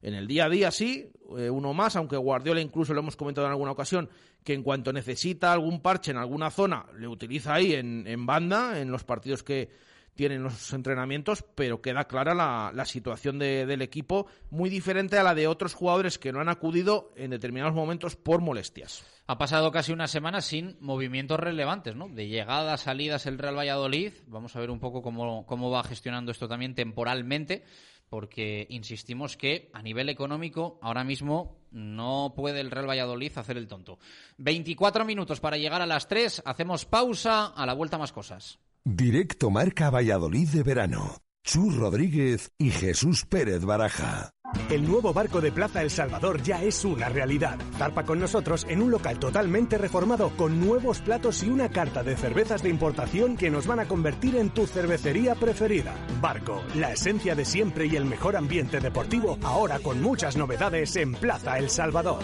En el día a día sí, eh, uno más, aunque Guardiola incluso lo hemos comentado en alguna ocasión, que en cuanto necesita algún parche en alguna zona, le utiliza ahí en, en banda, en los partidos que tienen los entrenamientos, pero queda clara la, la situación de, del equipo, muy diferente a la de otros jugadores que no han acudido en determinados momentos por molestias. Ha pasado casi una semana sin movimientos relevantes, ¿no? De llegadas, salidas el Real Valladolid. Vamos a ver un poco cómo, cómo va gestionando esto también temporalmente, porque insistimos que a nivel económico ahora mismo no puede el Real Valladolid hacer el tonto. veinticuatro minutos para llegar a las tres, hacemos pausa, a la vuelta más cosas. Directo Marca Valladolid de verano. Chus Rodríguez y Jesús Pérez Baraja. El nuevo barco de Plaza El Salvador ya es una realidad. Zarpa con nosotros en un local totalmente reformado con nuevos platos y una carta de cervezas de importación que nos van a convertir en tu cervecería preferida. Barco, la esencia de siempre y el mejor ambiente deportivo, ahora con muchas novedades en Plaza El Salvador.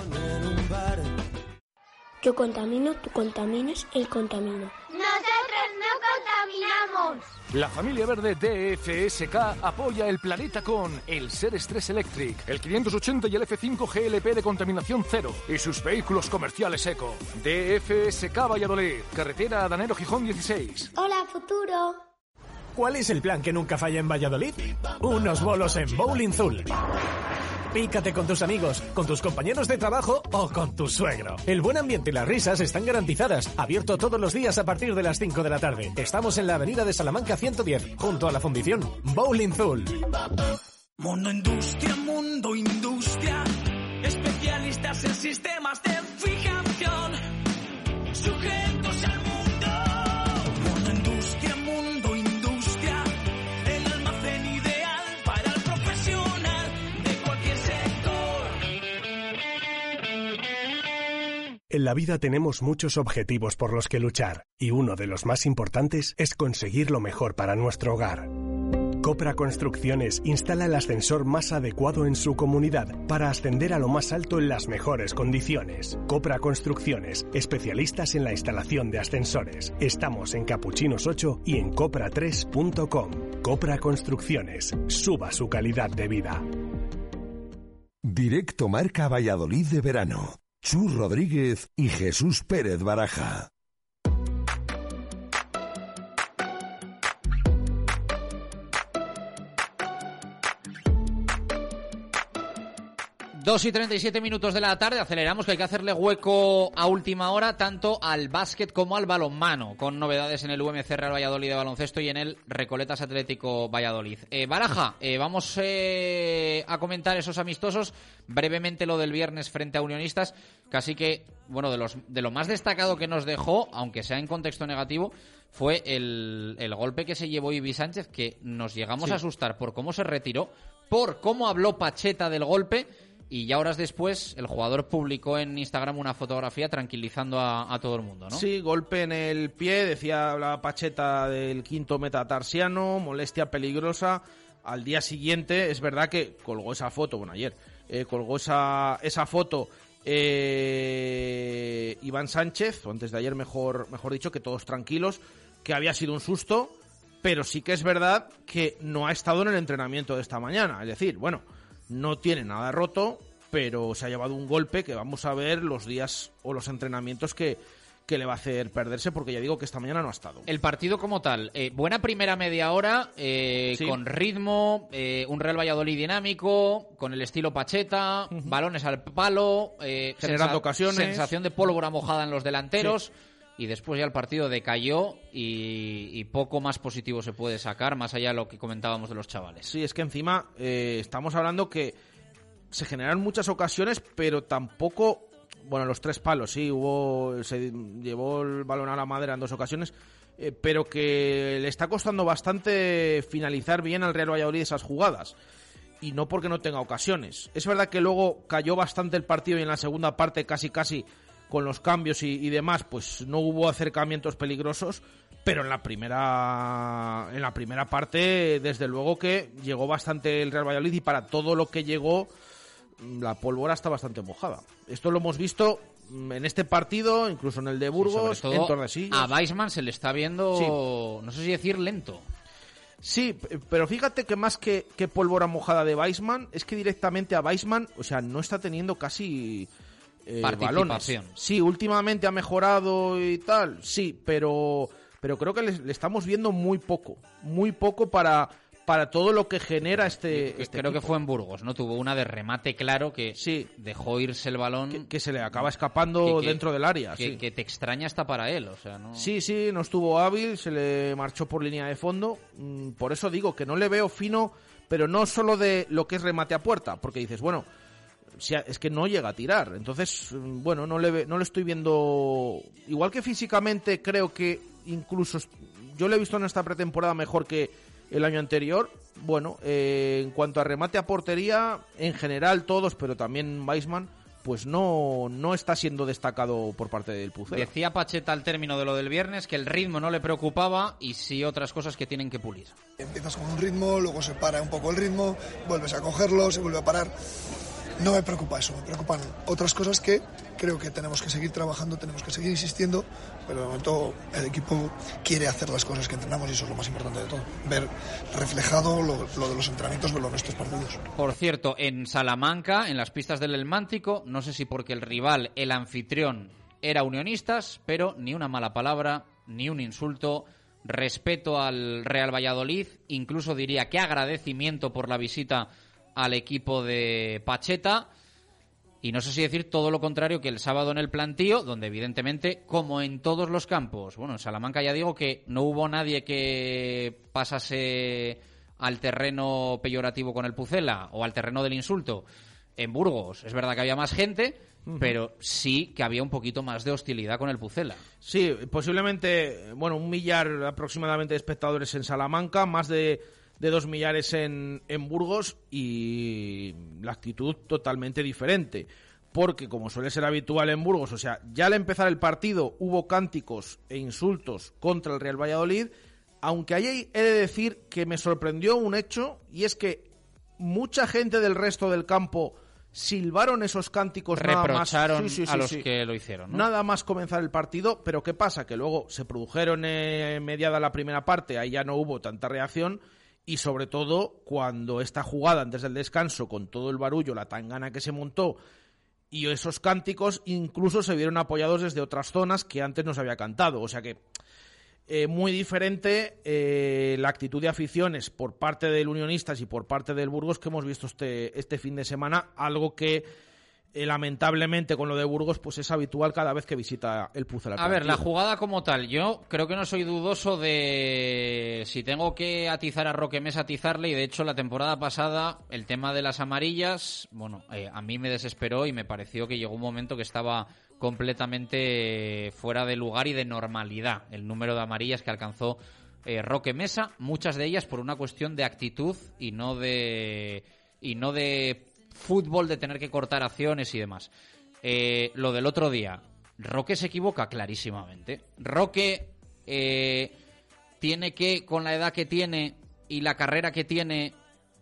Yo contamino, tú contaminas, él contamina. ¡Nosotros no contaminamos! La familia verde D F S K apoya el planeta con el Ser Stress Electric, el quinientos ochenta y el F cinco G L P de contaminación cero y sus vehículos comerciales eco. D F S K Valladolid, carretera Danero Gijón dieciséis. Hola, futuro. ¿Cuál es el plan que nunca falla en Valladolid? Unos bolos en Bowling Zul. Pícate con tus amigos, con tus compañeros de trabajo o con tu suegro. El buen ambiente y las risas están garantizadas. Abierto todos los días a partir de las cinco de la tarde. Estamos en la avenida de Salamanca ciento diez, junto a la fundición Bowling Zul. Mundo Industria, Mundo Industria. Especialistas en sistemas de fijación. Sujetos al mundo. Mundo Industria, Mundo Industria. El almacén ideal para el profesional de cualquier sector. En la vida tenemos muchos objetivos por los que luchar, y uno de los más importantes es conseguir lo mejor para nuestro hogar. Copra Construcciones instala el ascensor más adecuado en su comunidad para ascender a lo más alto en las mejores condiciones. Copra Construcciones, especialistas en la instalación de ascensores. Estamos en Capuchinos ocho y en copra tres punto com. Copra Construcciones, suba su calidad de vida. Directo Marca Valladolid de verano. Chus Rodríguez y Jesús Pérez Baraja. dos y treinta y siete minutos de la tarde, aceleramos que hay que hacerle hueco a última hora tanto al básquet como al balonmano, con novedades en el U M C Real Valladolid de baloncesto y en el Recoletas Atlético Valladolid. Eh, Baraja, eh, vamos eh, a comentar esos amistosos, brevemente lo del viernes frente a Unionistas, casi que, bueno, de, los, de lo más destacado que nos dejó, aunque sea en contexto negativo, fue el, el golpe que se llevó Ibi Sánchez, que nos llegamos sí. a asustar por cómo se retiró, por cómo habló Pacheta del golpe. Y ya horas después, el jugador publicó en Instagram una fotografía tranquilizando a, a todo el mundo, ¿no? Sí, golpe en el pie, decía la Pacheta del quinto metatarsiano, molestia peligrosa. Al día siguiente, es verdad que colgó esa foto, bueno, ayer, eh, colgó esa, esa foto eh, Iván Sánchez, o antes de ayer, mejor, mejor dicho, que todos tranquilos, que había sido un susto, pero sí que es verdad que no ha estado en el entrenamiento de esta mañana. Es decir, bueno, no tiene nada roto, pero se ha llevado un golpe que vamos a ver los días o los entrenamientos que, que le va a hacer perderse, porque ya digo que esta mañana no ha estado. El partido como tal, eh, buena primera media hora, eh, sí. con ritmo, eh, un Real Valladolid dinámico, con el estilo Pacheta, uh-huh. balones al palo, eh, generando sensa- ocasiones, sensación de pólvora mojada en los delanteros. Sí. Y después ya el partido decayó y, y poco más positivo se puede sacar, más allá de lo que comentábamos de los chavales. Sí, es que encima eh, estamos hablando que se generaron muchas ocasiones, pero tampoco, bueno, los tres palos, sí, hubo, se llevó el balón a la madera en dos ocasiones, eh, pero que le está costando bastante finalizar bien al Real Valladolid esas jugadas. Y no porque no tenga ocasiones. Es verdad que luego cayó bastante el partido y en la segunda parte casi casi con los cambios y, y demás, pues no hubo acercamientos peligrosos, pero en la primera en la primera parte, desde luego que llegó bastante el Real Valladolid y para todo lo que llegó, la pólvora está bastante mojada. Esto lo hemos visto en este partido, incluso en el de Burgos, sí, en Tordesillas. A Weissman se le está viendo, sí. no sé si decir lento. Sí, pero fíjate que más que, que pólvora mojada de Weissman, es que directamente a Weissman, o sea, no está teniendo casi eh, balones. Sí, últimamente ha mejorado y tal, sí, pero, pero creo que le, le estamos viendo muy poco, muy poco para... para todo lo que genera este, este creo equipo. Que fue en Burgos, ¿no? Tuvo una de remate claro que sí. dejó irse el balón. Que, que se le acaba escapando que, que, dentro del área. Que, sí. que te extraña hasta para él, o sea, ¿no? Sí, sí, no estuvo hábil, se le marchó por línea de fondo. Por eso digo que no le veo fino, pero no solo de lo que es remate a puerta, porque dices, bueno, es que no llega a tirar. Entonces, bueno, no le, no le estoy viendo... Igual que físicamente creo que incluso... Yo le he visto en esta pretemporada mejor que el año anterior. Bueno, eh, en cuanto a remate a portería, en general todos, pero también Weissman, pues no, no está siendo destacado por parte del Pucela. Decía Pacheta al término de lo del viernes que el ritmo no le preocupaba y sí otras cosas que tienen que pulir. Empiezas con un ritmo, luego se para un poco el ritmo, vuelves a cogerlo, se vuelve a parar. No me preocupa eso, me preocupan otras cosas que creo que tenemos que seguir trabajando, tenemos que seguir insistiendo, pero de momento el equipo quiere hacer las cosas que entrenamos y eso es lo más importante de todo. Ver reflejado lo, lo de los entrenamientos, verlo en estos partidos. Por cierto, en Salamanca, en las pistas del El Mántico, no sé si porque el rival, el anfitrión, era Unionistas, pero ni una mala palabra, ni un insulto, respeto al Real Valladolid, incluso diría que agradecimiento por la visita al equipo de Pacheta, y no sé si decir todo lo contrario que el sábado en el Plantío, donde evidentemente, como en todos los campos, bueno, en Salamanca ya digo que no hubo nadie que pasase al terreno peyorativo con el Pucela o al terreno del insulto. En Burgos es verdad que había más gente, uh-huh. pero sí que había un poquito más de hostilidad con el Pucela. Sí, posiblemente, bueno, un millar aproximadamente de espectadores en Salamanca, más de de dos millares en, en Burgos, y la actitud totalmente diferente, porque como suele ser habitual en Burgos, o sea, ya al empezar el partido hubo cánticos e insultos contra el Real Valladolid, aunque ahí he de decir que me sorprendió un hecho, y es que mucha gente del resto del campo silbaron esos cánticos reprocharon nada más sí, sí, sí, a los sí. que lo hicieron, ¿no? Nada más comenzar el partido, pero ¿qué pasa? Que luego se produjeron eh, mediada la primera parte, ahí ya no hubo tanta reacción. Y sobre todo cuando esta jugada antes del descanso, con todo el barullo, la tangana que se montó y esos cánticos incluso se vieron apoyados desde otras zonas que antes no se había cantado. O sea que eh, muy diferente eh, la actitud de aficiones por parte del Unionistas y por parte del Burgos que hemos visto este, este fin de semana, algo que Eh, lamentablemente con lo de Burgos pues es habitual cada vez que visita el Pucela. A ver, la jugada como tal, yo creo que no soy dudoso de si tengo que atizar a Roque Mesa, atizarle, y de hecho la temporada pasada el tema de las amarillas, bueno, eh, a mí me desesperó y me pareció que llegó un momento que estaba completamente fuera de lugar y de normalidad el número de amarillas que alcanzó eh, Roque Mesa, muchas de ellas por una cuestión de actitud y no de y no de fútbol, de tener que cortar acciones y demás. Eh, lo del otro día, Roque se equivoca clarísimamente. Roque eh, tiene que, con la edad que tiene y la carrera que tiene,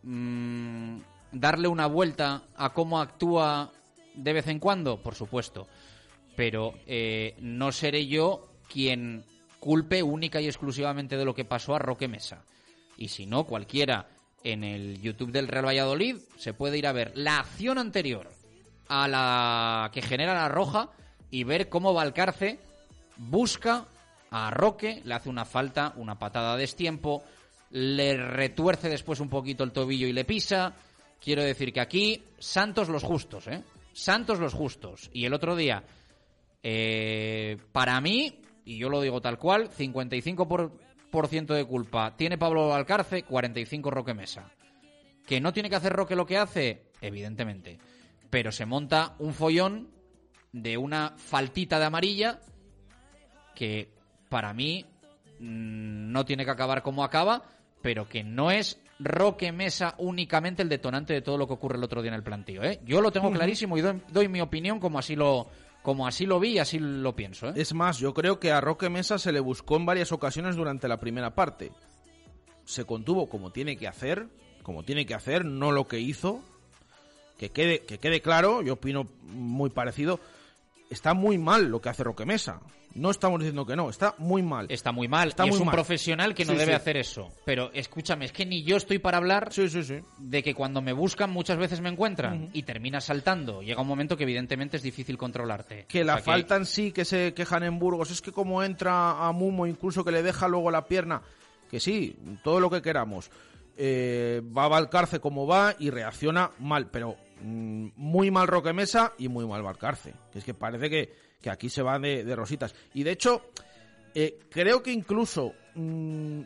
mmm, darle una vuelta a cómo actúa de vez en cuando, por supuesto. Pero eh, no seré yo quien culpe única y exclusivamente de lo que pasó a Roque Mesa. Y si no, cualquiera en el YouTube del Real Valladolid se puede ir a ver la acción anterior a la que genera la roja y ver cómo Valcarce busca a Roque, le hace una falta, una patada a destiempo, le retuerce después un poquito el tobillo y le pisa. Quiero decir que aquí santos los justos, ¿eh? Santos los justos. Y el otro día, eh, para mí, y yo lo digo tal cual, cincuenta y cinco por por ciento de culpa tiene Pablo Valcarce, cuarenta y cinco Roque Mesa. ¿Que no tiene que hacer Roque lo que hace? Evidentemente. Pero se monta un follón de una faltita de amarilla que para mí mmm, no tiene que acabar como acaba, pero que no es Roque Mesa únicamente el detonante de todo lo que ocurre el otro día en el Plantío, ¿eh? Yo lo tengo clarísimo y doy, doy mi opinión como así lo... Como así lo vi y así lo pienso, ¿eh? Es más, yo creo que a Roque Mesa se le buscó en varias ocasiones durante la primera parte. Se contuvo como tiene que hacer, como tiene que hacer, no lo que hizo. Que quede, que quede claro, yo opino muy parecido. está muy mal lo que hace Roque Mesa. No estamos diciendo que no, está muy mal. Está muy mal, está y muy es un mal. profesional que no sí, debe sí. hacer eso. Pero escúchame, es que ni yo estoy para hablar sí, sí, sí. de que cuando me buscan muchas veces me encuentran Uh-huh. y terminas saltando. Llega un momento que evidentemente es difícil controlarte. Que la o sea, falta en sí, que se quejan en Burgos, es que como entra a Mumo, incluso que le deja luego la pierna, que sí, todo lo que queramos. Eh, va a Valcarce como va y reacciona mal, pero mmm, muy mal Roque Mesa y muy mal Valcarce. Que es que parece que, que aquí se va de, de rositas. Y de hecho, eh, creo que incluso mmm,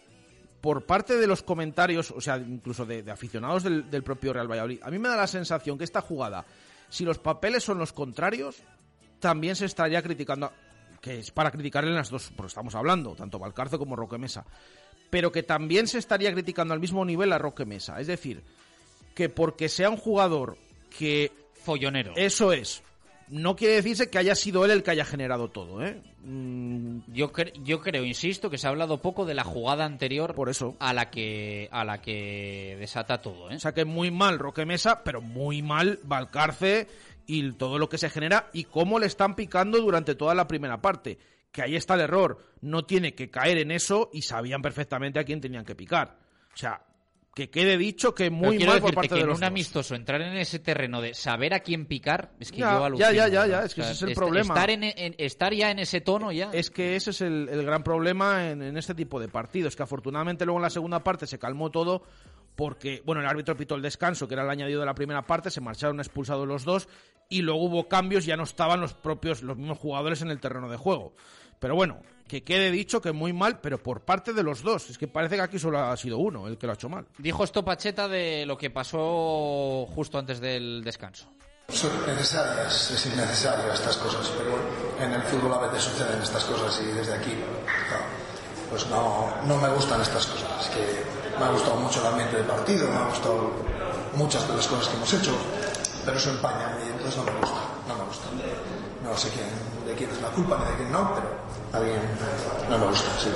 por parte de los comentarios, o sea, incluso de, de aficionados del, del propio Real Valladolid, a mí me da la sensación que esta jugada, si los papeles son los contrarios, también se estaría criticando, que es para criticarle en las dos, porque estamos hablando, tanto Valcarce como Roque Mesa, pero que también se estaría criticando al mismo nivel a Roque Mesa. Es decir, que porque sea un jugador que... Follonero. Eso es. No quiere decirse que haya sido él el que haya generado todo, ¿eh? Mm. Yo, cre- yo creo, insisto, que se ha hablado poco de la jugada anterior por eso. a la que a la que desata todo, ¿eh? O sea que muy mal Roque Mesa, pero muy mal Valcarce y todo lo que se genera y cómo le están picando durante toda la primera parte. Que ahí está el error. No tiene que caer en eso y sabían perfectamente a quién tenían que picar. O sea, que quede dicho que muy Pero mal por decirte parte que de en los un dos. amistoso entrar en ese terreno de saber a quién picar, es que ya, yo alucino. Ya, ya, ya, ya, ¿no? es que o sea, ese es el est- problema. Estar, en, en- estar ya en ese tono ya. Es que ese es el, el gran problema en, en este tipo de partidos, que afortunadamente luego en la segunda parte se calmó todo porque, bueno, el árbitro pitó el descanso, que era el añadido de la primera parte, se marcharon expulsados los dos y luego hubo cambios, ya no estaban los propios, los mismos jugadores en el terreno de juego. Pero bueno, que quede dicho que muy mal, pero por parte de los dos. Es que parece que aquí solo ha sido uno el que lo ha hecho mal. Dijo esto Pacheta de lo que pasó justo antes del descanso. Son necesarias, es innecesario estas cosas, pero en el fútbol a veces suceden estas cosas y desde aquí, pues no, no me gustan estas cosas. Es que me ha gustado mucho el ambiente del partido, me ha gustado muchas de las cosas que hemos hecho, pero eso empaña y entonces no me gusta, no me gusta. No sé quién, de quién es la culpa ni de quién no, pero a mí no me gusta, así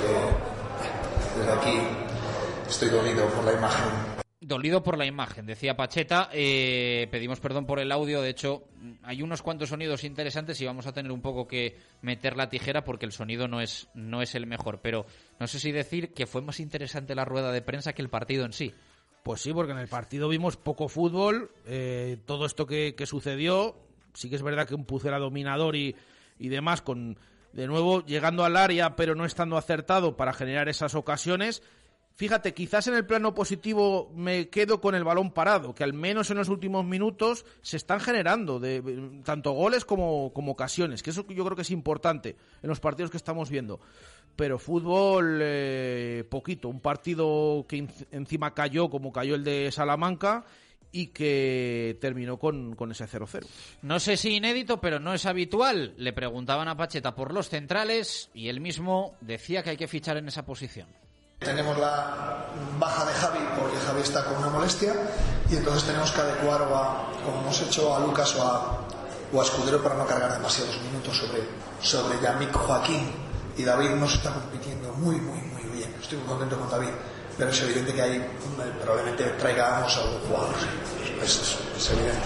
que desde aquí estoy dolido por la imagen. Dolido por la imagen, decía Pacheta. Eh, pedimos perdón por el audio. De hecho, hay unos cuantos sonidos interesantes y vamos a tener un poco que meter la tijera porque el sonido no es, no es el mejor. Pero no sé si decir que fue más interesante la rueda de prensa que el partido en sí. Pues sí, porque en el partido vimos poco fútbol, eh, todo esto que, que sucedió. Sí que es verdad que un Pucela dominador y, y demás, con de nuevo llegando al área pero no estando acertado para generar esas ocasiones. Fíjate, quizás en el plano positivo me quedo con el balón parado, que al menos en los últimos minutos se están generando de, tanto goles como, como ocasiones, que eso yo creo que es importante en los partidos que estamos viendo. Pero fútbol, eh, poquito. Un partido que encima cayó como cayó el de Salamanca y que terminó con, con ese cero cero. No sé si inédito, pero no es habitual. Le preguntaban a Pacheta por los centrales y él mismo decía que hay que fichar en esa posición. Tenemos la baja de Javi porque Javi está con una molestia y entonces tenemos que adecuar o a, como hemos hecho a Lucas o a, o a Escudero para no cargar demasiados minutos sobre, sobre Yamik, Joaquín y David. Nos está compitiendo muy, muy, muy bien. Estoy muy contento con David, pero es evidente que ahí probablemente traigamos a algún jugador. Es, es, es evidente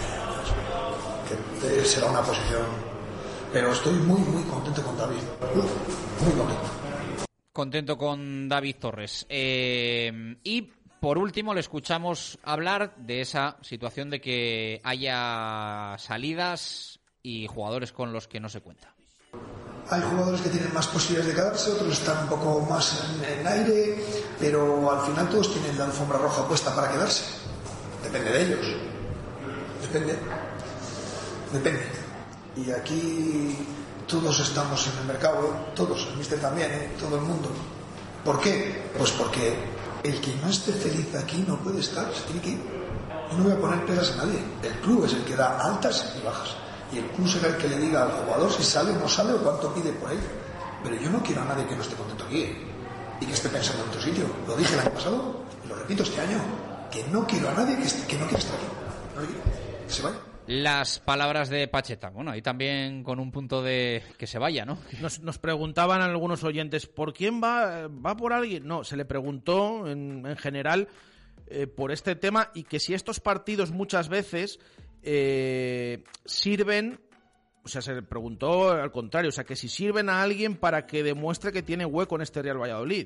que será una posición, pero estoy muy, muy contento con David. Muy contento. Contento con David Torres. Eh, y por último le escuchamos hablar de esa situación de que haya salidas y jugadores con los que no se cuenta. Hay jugadores que tienen más posibilidades de quedarse, otros están un poco más en, en aire, pero al final todos tienen la alfombra roja puesta para quedarse. Depende de ellos. Depende. Depende. Y aquí todos estamos en el mercado, todos, el míster también, ¿eh? Todo el mundo. ¿Por qué? Pues porque el que no esté feliz aquí no puede estar, se tiene que ir. Yo no voy a poner pegas a nadie. El club es el que da altas y bajas. Y el club será el que le diga al jugador si sale o no sale o cuánto pide por él. Pero yo no quiero a nadie que no esté contento aquí, ¿eh? Y que esté pensando en otro sitio. Lo dije el año pasado y lo repito este año. Que no quiero a nadie que, esté, que no quiera estar aquí. No le quiero. Que se vaya. Las palabras de Pacheta. Bueno, ahí también con un punto de que se vaya, ¿no? Nos, nos preguntaban algunos oyentes, ¿por quién va? ¿Va por alguien? No, se le preguntó en, en general eh, por este tema y que si estos partidos muchas veces eh, sirven O sea, se le preguntó al contrario, o sea, que si sirven a alguien para que demuestre que tiene hueco en este Real Valladolid.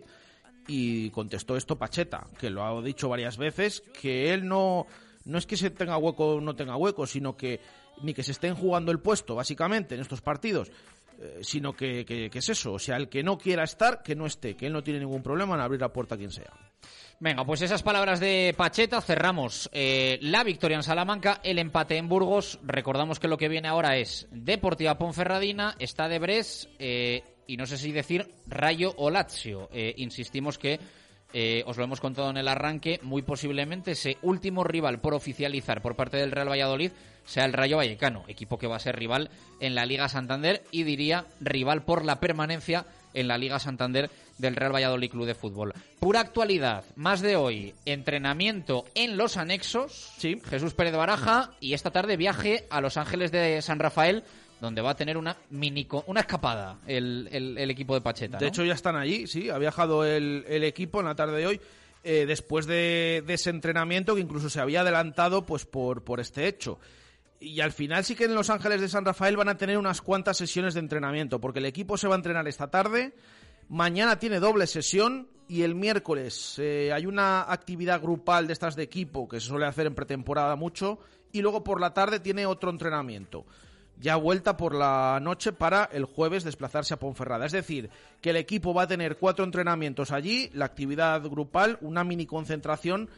Y contestó esto Pacheta, que lo ha dicho varias veces, que él no, no es que se tenga hueco o no tenga hueco, sino que ni que se estén jugando el puesto, básicamente, en estos partidos, eh, sino que, que, que es eso, o sea, el que no quiera estar, que no esté, que él no tiene ningún problema en abrir la puerta a quien sea. Venga, pues esas palabras de Pacheta, cerramos eh, la victoria en Salamanca, el empate en Burgos. Recordamos que lo que viene ahora es Deportiva Ponferradina, Stade Brest eh, y no sé si decir Rayo o Lazio. Eh, insistimos que, eh, os lo hemos contado en el arranque, muy posiblemente ese último rival por oficializar por parte del Real Valladolid sea el Rayo Vallecano, equipo que va a ser rival en la Liga Santander y diría rival por la permanencia en la Liga Santander del Real Valladolid Club de Fútbol. Pura actualidad, más de hoy, entrenamiento en los anexos, sí, Jesús Pérez Baraja, y esta tarde viaje a Los Ángeles de San Rafael, donde va a tener una mini una escapada el, el, el equipo de Pacheta, ¿no? De hecho ya están allí, sí, ha viajado el, el equipo en la tarde de hoy, eh, después de, de ese entrenamiento que incluso se había adelantado pues por, por este hecho. Y al final sí que en Los Ángeles de San Rafael van a tener unas cuantas sesiones de entrenamiento, porque el equipo se va a entrenar esta tarde, mañana tiene doble sesión y el miércoles eh, hay una actividad grupal de estas de equipo que se suele hacer en pretemporada mucho y luego por la tarde tiene otro entrenamiento. Ya vuelta por la noche para el jueves desplazarse a Ponferrada. Es decir, que el equipo va a tener cuatro entrenamientos allí, la actividad grupal, una mini concentración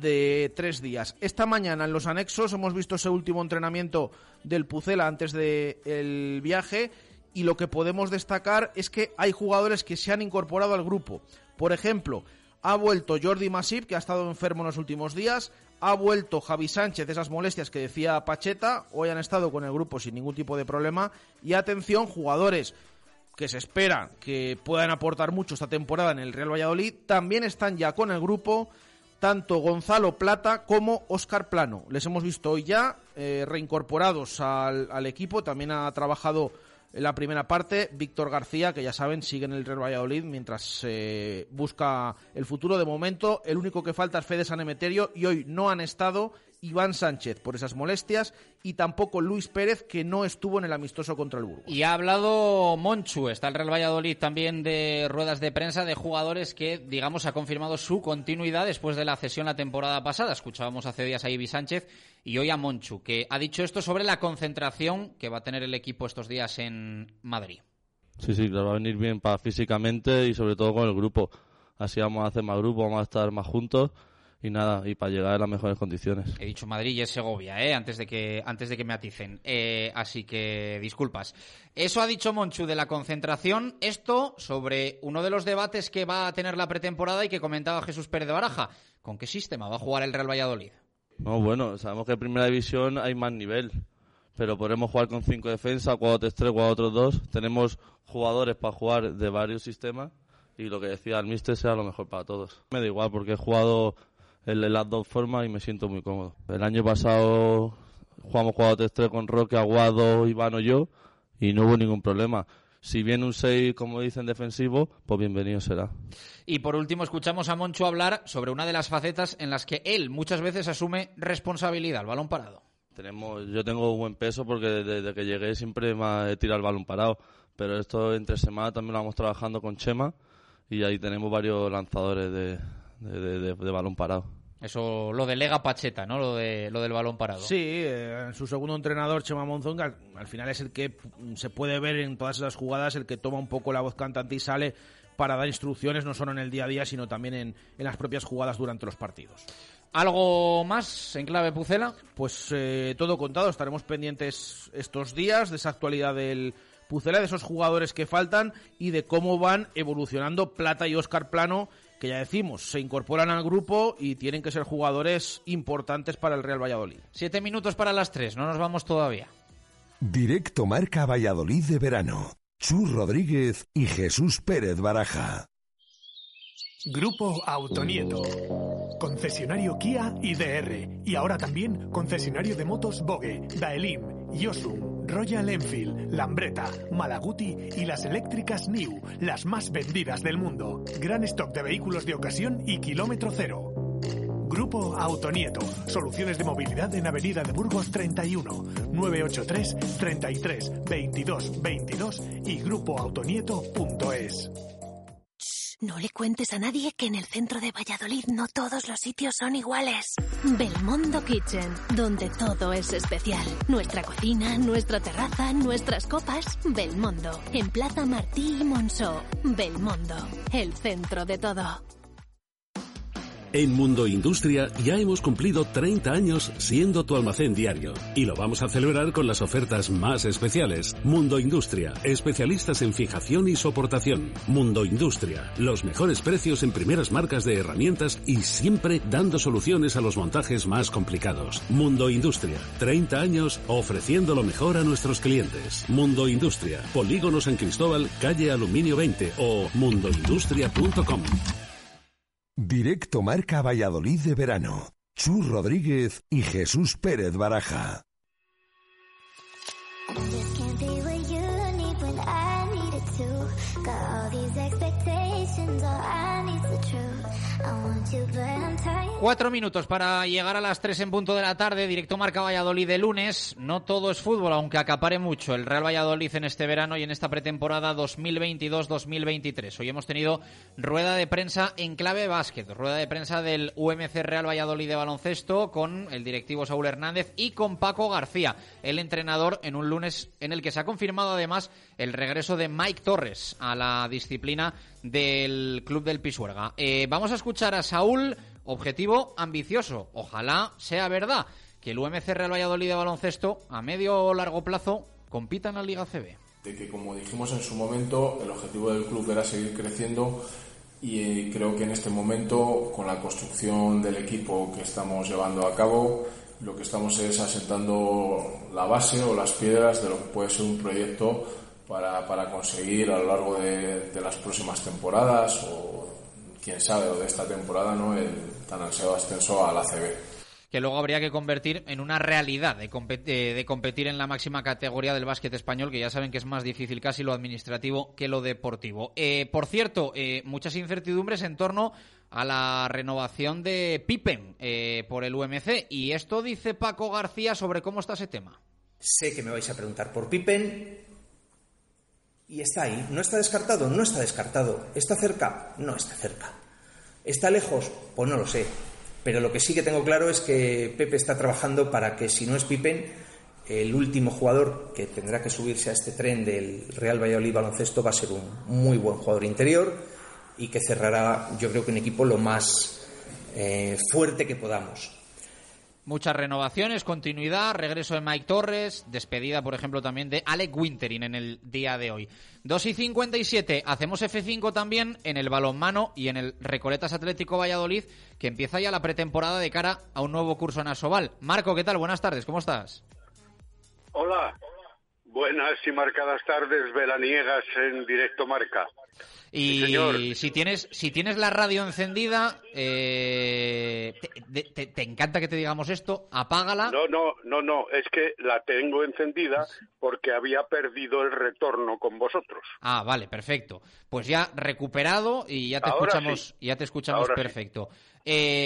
de tres días. Esta mañana en los anexos hemos visto ese último entrenamiento del Pucela antes del viaje y lo que podemos destacar es que hay jugadores que se han incorporado al grupo. Por ejemplo, ha vuelto Jordi Masip, que ha estado enfermo en los últimos días, ha vuelto Javi Sánchez, esas molestias que decía Pacheta, hoy han estado con el grupo sin ningún tipo de problema y atención, jugadores que se espera que puedan aportar mucho esta temporada en el Real Valladolid, también están ya con el grupo, tanto Gonzalo Plata como Óscar Plano. Les hemos visto hoy ya eh, reincorporados al, al equipo, también ha trabajado en la primera parte Víctor García, que ya saben, sigue en el Real Valladolid mientras se eh, busca el futuro. De momento, el único que falta es Fede San Emeterio y hoy no han estado Iván Sánchez por esas molestias y tampoco Luis Pérez, que no estuvo en el amistoso contra el Burgos. Y ha hablado Monchu, está el Real Valladolid también de ruedas de prensa de jugadores que, digamos, ha confirmado su continuidad después de la cesión la temporada pasada. Escuchábamos hace días a Ivi Sánchez y hoy a Monchu, que ha dicho esto sobre la concentración que va a tener el equipo estos días en Madrid. Sí, sí, claro, va a venir bien para físicamente y sobre todo con el grupo. Así vamos a hacer más grupo, vamos a estar más juntos. Y nada, y para llegar a las mejores condiciones. He dicho Madrid y es Segovia, ¿eh? Antes de que, antes de que me aticen. Eh, así que disculpas. Eso ha dicho Monchu de la concentración. Esto sobre uno de los debates que va a tener la pretemporada y que comentaba Jesús Pérez de Baraja. ¿Con qué sistema va a jugar el Real Valladolid? No, bueno, sabemos que en Primera División hay más nivel. Pero podremos jugar con cinco defensas, cuatro tres tres, cuatro dos. Tenemos jugadores para jugar de varios sistemas. Y lo que decía el míster sea lo mejor para todos. Me da igual porque he jugado en las dos formas y me siento muy cómodo. El año pasado jugamos cuatro tres tres con Roque, Aguado, Iván o yo y no hubo ningún problema. Si viene un seis, como dicen, defensivo, pues bienvenido será. Y por último escuchamos a Monchu hablar sobre una de las facetas en las que él muchas veces asume responsabilidad, el balón parado. Tenemos, yo tengo buen peso porque desde, desde que llegué siempre me he tirado el balón parado, pero esto entre semana también lo vamos trabajando con Chema y ahí tenemos varios lanzadores de... De, de, de, de balón parado. Eso lo delega Pacheta, ¿no? Lo de lo del balón parado. Sí, eh, su segundo entrenador, Chema Monzón, que al, al final es el que se puede ver en todas esas jugadas, el que toma un poco la voz cantante y sale para dar instrucciones, no solo en el día a día, sino también en, en las propias jugadas durante los partidos. ¿Algo más en clave Pucela? Pues eh, todo contado, estaremos pendientes estos días de esa actualidad del Pucela, de esos jugadores que faltan y de cómo van evolucionando Plata y Óscar Plano, que ya decimos, se incorporan al grupo y tienen que ser jugadores importantes para el Real Valladolid. Siete minutos para las tres, no nos vamos todavía. Directo Marca Valladolid de verano. Chus Rodríguez y Jesús Pérez Baraja. Grupo Autonieto. Concesionario Kia y D R. Y ahora también concesionario de motos Bogue, Daelim, Yosum, Royal Enfield, Lambretta, Malaguti y las eléctricas New, las más vendidas del mundo. Gran stock de vehículos de ocasión y kilómetro cero. Grupo Grupo Autonieto. Soluciones de movilidad en Avenida de Burgos treinta y uno, nueve ocho tres, treinta y tres, veintidós, veintidós y grupo autonieto punto es. No le cuentes a nadie que en el centro de Valladolid no todos los sitios son iguales. Belmondo Kitchen, donde todo es especial. Nuestra cocina, nuestra terraza, nuestras copas. Belmondo, en Plaza Martí y Monceau. Belmondo, el centro de todo. En Mundo Industria ya hemos cumplido treinta años siendo tu almacén diario y lo vamos a celebrar con las ofertas más especiales. Mundo Industria, especialistas en fijación y soportación. Mundo Industria, los mejores precios en primeras marcas de herramientas y siempre dando soluciones a los montajes más complicados. Mundo Industria, treinta años ofreciendo lo mejor a nuestros clientes. Mundo Industria, Polígono San Cristóbal, calle Aluminio veinte o mundo industria punto com. Directo Marca Valladolid de verano. Chus Rodríguez y Jesús Pérez Baraja. Cuatro minutos para llegar a las tres en punto de la tarde. Directo Marca Valladolid de lunes. No todo es fútbol, aunque acapare mucho el Real Valladolid en este verano y en esta pretemporada dos mil veintidós dos mil veintitrés. Hoy hemos tenido rueda de prensa en clave básquet, rueda de prensa del U M C Real Valladolid de baloncesto con el directivo Saúl Hernández y con Paco García, el entrenador, en un lunes en el que se ha confirmado además el regreso de Mike Torres a la disciplina del club del Pisuerga. Eh, vamos a escuchar a Saúl. Objetivo ambicioso, ojalá sea verdad que el U M C Real Valladolid de baloncesto a medio o largo plazo compita en la Liga C B. De que, como dijimos en su momento, el objetivo del club era seguir creciendo y creo que en este momento, con la construcción del equipo que estamos llevando a cabo, lo que estamos es asentando la base o las piedras de lo que puede ser un proyecto para, para conseguir a lo largo de, de las próximas temporadas o quién sabe, o de esta temporada, ¿no?, el tan ansiado ascenso a la C B. Que luego habría que convertir en una realidad de, compet- de competir en la máxima categoría del básquet español, que ya saben que es más difícil casi lo administrativo que lo deportivo. Eh, por cierto, eh, muchas incertidumbres en torno a la renovación de Pippen eh, por el U M C. Y esto dice Paco García sobre cómo está ese tema. Sé que me vais a preguntar por Pippen y está ahí. ¿No está descartado? No está descartado. ¿Está cerca? No está cerca. ¿Está lejos? Pues no lo sé. Pero lo que sí que tengo claro es que Pepe está trabajando para que, si no es Pippen, el último jugador que tendrá que subirse a este tren del Real Valladolid baloncesto va a ser un muy buen jugador interior y que cerrará, yo creo que un equipo lo más eh, fuerte que podamos. Muchas renovaciones, continuidad, regreso de Mike Torres, despedida, por ejemplo, también de Alec Winterin en el día de hoy. dos y cincuenta y siete, hacemos F cinco también en el balonmano y en el Recoletas Atlético Valladolid, que empieza ya la pretemporada de cara a un nuevo curso en Asobal. Marco, ¿qué tal? Buenas tardes, ¿cómo estás? Hola, buenas y marcadas tardes veraniegas en Directo Marca. Y sí, si tienes si tienes la radio encendida, eh, te, te, te encanta que te digamos esto, apágala. No, no, no, no, es que la tengo encendida porque había perdido el retorno con vosotros. Ah, vale, perfecto. Pues ya recuperado y ya te Ahora escuchamos, sí. ya te escuchamos Ahora perfecto. Sí.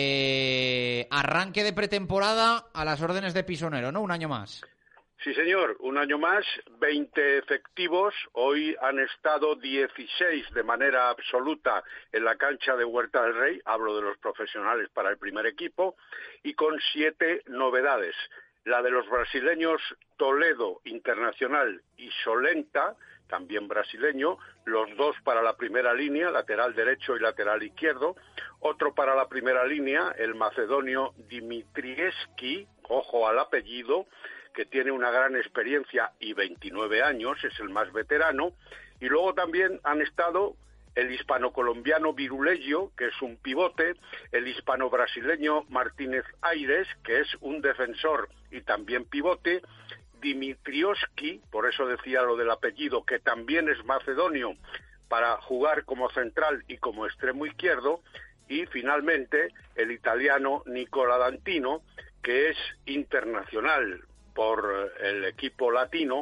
Eh, arranque de pretemporada a las órdenes de Pisonero, ¿no? Un año más. Sí, señor, un año más, veinte efectivos, hoy han estado dieciséis de manera absoluta en la cancha de Huerta del Rey, hablo de los profesionales para el primer equipo, y con siete novedades. La de los brasileños Toledo, internacional, y Solenta, también brasileño, los dos para la primera línea, lateral derecho y lateral izquierdo, otro para la primera línea, el macedonio Dimitrieski, ojo al apellido, que tiene una gran experiencia y veintinueve años, es el más veterano, y luego también han estado el hispano-colombiano Virulegio, que es un pivote, el hispano-brasileño Martínez Aires, que es un defensor y también pivote, Dimitrioski, por eso decía lo del apellido, que también es macedonio, para jugar como central y como extremo izquierdo, y finalmente el italiano Nicola Dantino, que es internacional por el equipo latino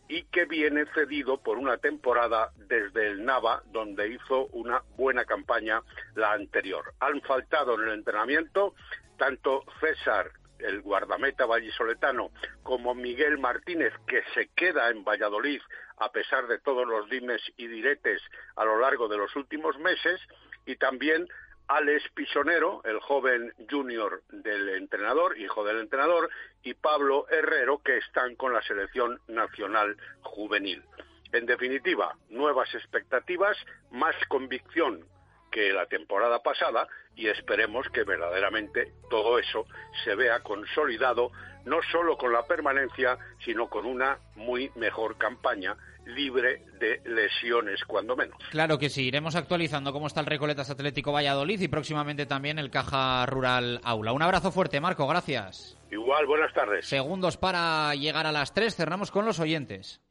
y que viene cedido por una temporada desde el Nava, donde hizo una buena campaña la anterior. Han faltado en el entrenamiento tanto César, el guardameta vallisoletano, como Miguel Martínez, que se queda en Valladolid a pesar de todos los dimes y diretes a lo largo de los últimos meses, y también Alex Pisonero, el joven junior del entrenador, hijo del entrenador, y Pablo Herrero, que están con la selección nacional juvenil. En definitiva, nuevas expectativas, más convicción que la temporada pasada, y esperemos que verdaderamente todo eso se vea consolidado, no solo con la permanencia, sino con una muy mejor campaña, libre de lesiones, cuando menos. Claro que sí, iremos actualizando cómo está el Recoletas Atlético Valladolid y próximamente también el Caja Rural Aula. Un abrazo fuerte, Marco, gracias. Igual, buenas tardes. Segundos para llegar a las tres, cerramos con los oyentes.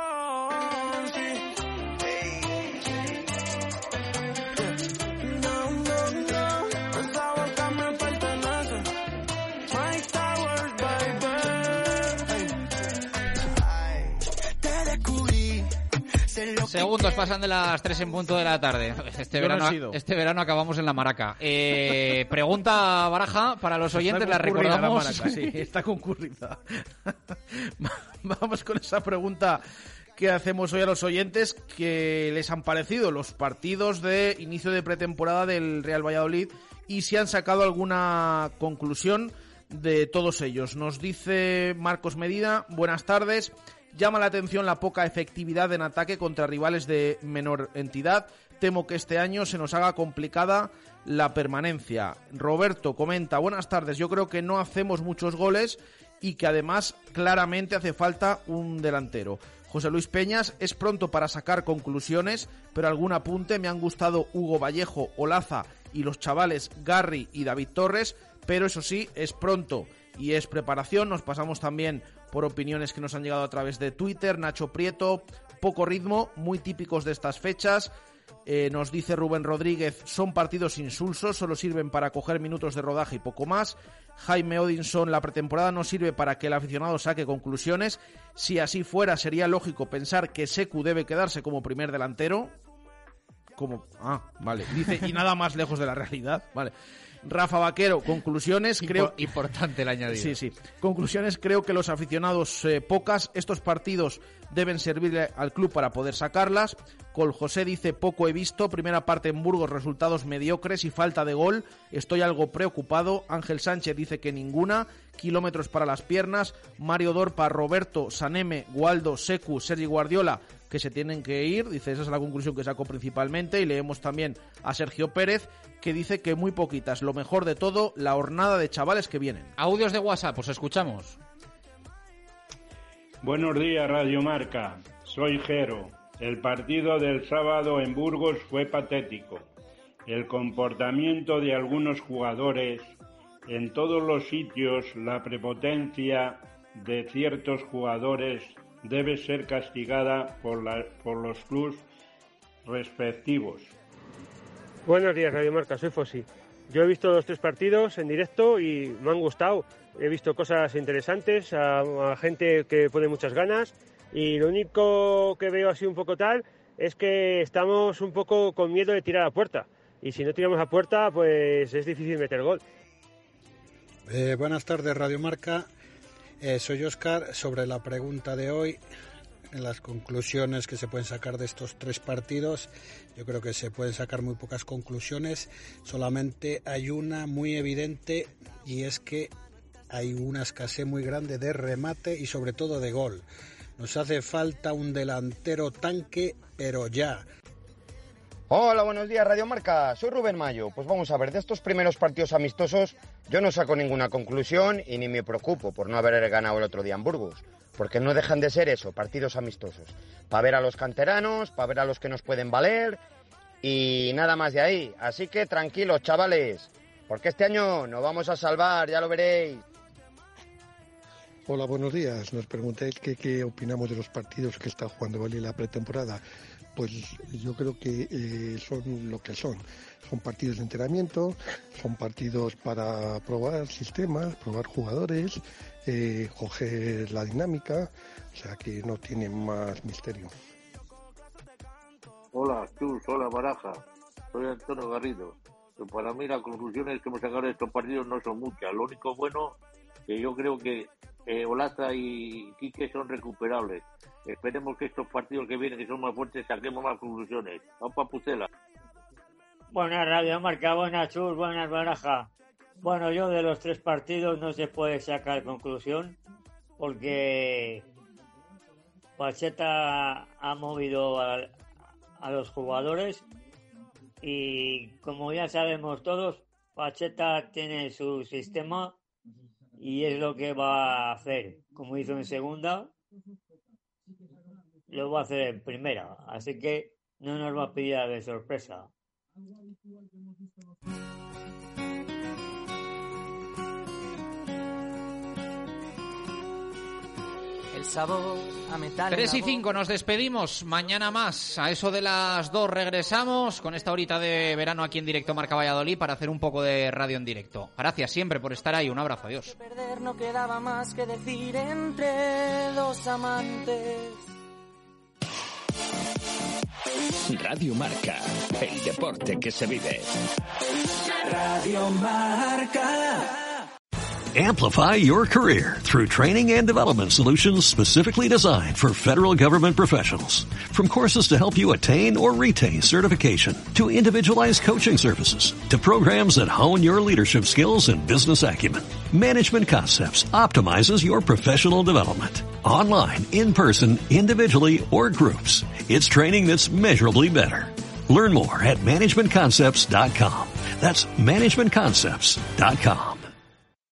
Segundos pasan de las tres en punto de la tarde. Este, verano, no este verano acabamos en la maraca. Eh, pregunta Baraja para los oyentes, la recordamos. La maraca, sí, está concurrida. Vamos con esa pregunta que hacemos hoy a los oyentes. ¿Qué les han parecido los partidos de inicio de pretemporada del Real Valladolid y si han sacado alguna conclusión de todos ellos? Nos dice Marcos Medina, buenas tardes. Llama la atención la poca efectividad en ataque contra rivales de menor entidad. Temo que este año se nos haga complicada la permanencia. Roberto comenta, buenas tardes, yo creo que no hacemos muchos goles y que además claramente hace falta un delantero. José Luis Peñas, es pronto para sacar conclusiones, pero algún apunte. Me han gustado Hugo Vallejo, Olaza y los chavales Garry y David Torres, pero eso sí, es pronto y es preparación. Nos pasamos también por opiniones que nos han llegado a través de Twitter. Nacho Prieto, poco ritmo, muy típicos de estas fechas. Eh, nos dice Rubén Rodríguez, son partidos insulsos, solo sirven para coger minutos de rodaje y poco más. Jaime Odinson, la pretemporada no sirve para que el aficionado saque conclusiones. Si así fuera, sería lógico pensar que Seku debe quedarse como primer delantero. Como, ah, vale. Dice, y nada más lejos de la realidad, vale. Rafa Vaquero, conclusiones, creo... Importante el añadido. Sí, sí. Conclusiones, creo que los aficionados eh, pocas. Estos partidos deben servirle al club para poder sacarlas. Col José dice, poco he visto. Primera parte en Burgos, resultados mediocres y falta de gol. Estoy algo preocupado. Ángel Sánchez dice que ninguna. Kilómetros para las piernas. Mario Dorpa, Roberto, Saneme, Gualdo, Secu, Sergi Guardiola, que se tienen que ir. Dice, esa es la conclusión que sacó principalmente. Y leemos también a Sergio Pérez, que dice que muy poquitas. Lo mejor de todo, la hornada de chavales que vienen. Audios de WhatsApp, os escuchamos. Buenos días, Radio Marca. Soy Jero. El partido del sábado en Burgos fue patético. El comportamiento de algunos jugadores, en todos los sitios, la prepotencia de ciertos jugadores debe ser castigada por, la, por los clubes respectivos. Buenos días, Radio Marca, soy Fossi. Yo he visto los tres partidos en directo y me han gustado. He visto cosas interesantes, a, a gente que pone muchas ganas, y lo único que veo así un poco tal es que estamos un poco con miedo de tirar a puerta. Y si no tiramos a puerta, pues es difícil meter gol. Eh, buenas tardes, Radio Marca. Eh, soy Óscar. Sobre la pregunta de hoy, en las conclusiones que se pueden sacar de estos tres partidos, yo creo que se pueden sacar muy pocas conclusiones. Solamente hay una muy evidente, y es que hay una escasez muy grande de remate y sobre todo de gol. Nos hace falta un delantero tanque, pero ya. Hola, buenos días, Radio Marca. Soy Rubén Mayo. Pues vamos a ver, de estos primeros partidos amistosos yo no saco ninguna conclusión y ni me preocupo por no haber ganado el otro día en Burgos, porque no dejan de ser eso, partidos amistosos. Para ver a los canteranos, para ver a los que nos pueden valer y nada más de ahí. Así que tranquilos, chavales, porque este año nos vamos a salvar, ya lo veréis. Hola, buenos días. Nos preguntáis que, qué opinamos de los partidos que está jugando Vali en la pretemporada. Pues yo creo que eh, son lo que son. Son partidos de entrenamiento, son partidos para probar sistemas, probar jugadores eh, coger la dinámica, o sea que no tiene más misterio. Hola, Chus, hola Baraja, soy Antonio Garrido. Para mí las conclusiones que hemos sacado de estos partidos no son muchas. Lo único bueno que yo creo que eh, Olaza y Quique son recuperables. Esperemos que estos partidos que vienen, que son más fuertes, saquemos más conclusiones. Vamos para Pucela. Buenas Radio Marca, buenas Chus, buenas Baraja. Bueno, yo de los tres partidos no se puede sacar conclusión porque Pacheta ha movido a, a los jugadores. Y como ya sabemos todos, Pacheta tiene su sistema y es lo que va a hacer. Como hizo en segunda, lo va a hacer en primera. Así que no nos va a pillar de sorpresa. El sabor a metal. tres y cinco, nos despedimos. Mañana más, a eso de las dos regresamos con esta horita de verano aquí en Directo Marca Valladolid para hacer un poco de radio en directo. Gracias siempre por estar ahí. Un abrazo, adiós. Perder no quedaba más que decir entre dos amantes. Radio Marca, el deporte que se vive. Radio Marca. Amplify your career through training and development solutions specifically designed for federal government professionals. From courses to help you attain or retain certification, to individualized coaching services, to programs that hone your leadership skills and business acumen, Management Concepts optimizes your professional development. Online, in person, individually, or groups, it's training that's measurably better. Learn more at management concepts dot com. That's management concepts dot com.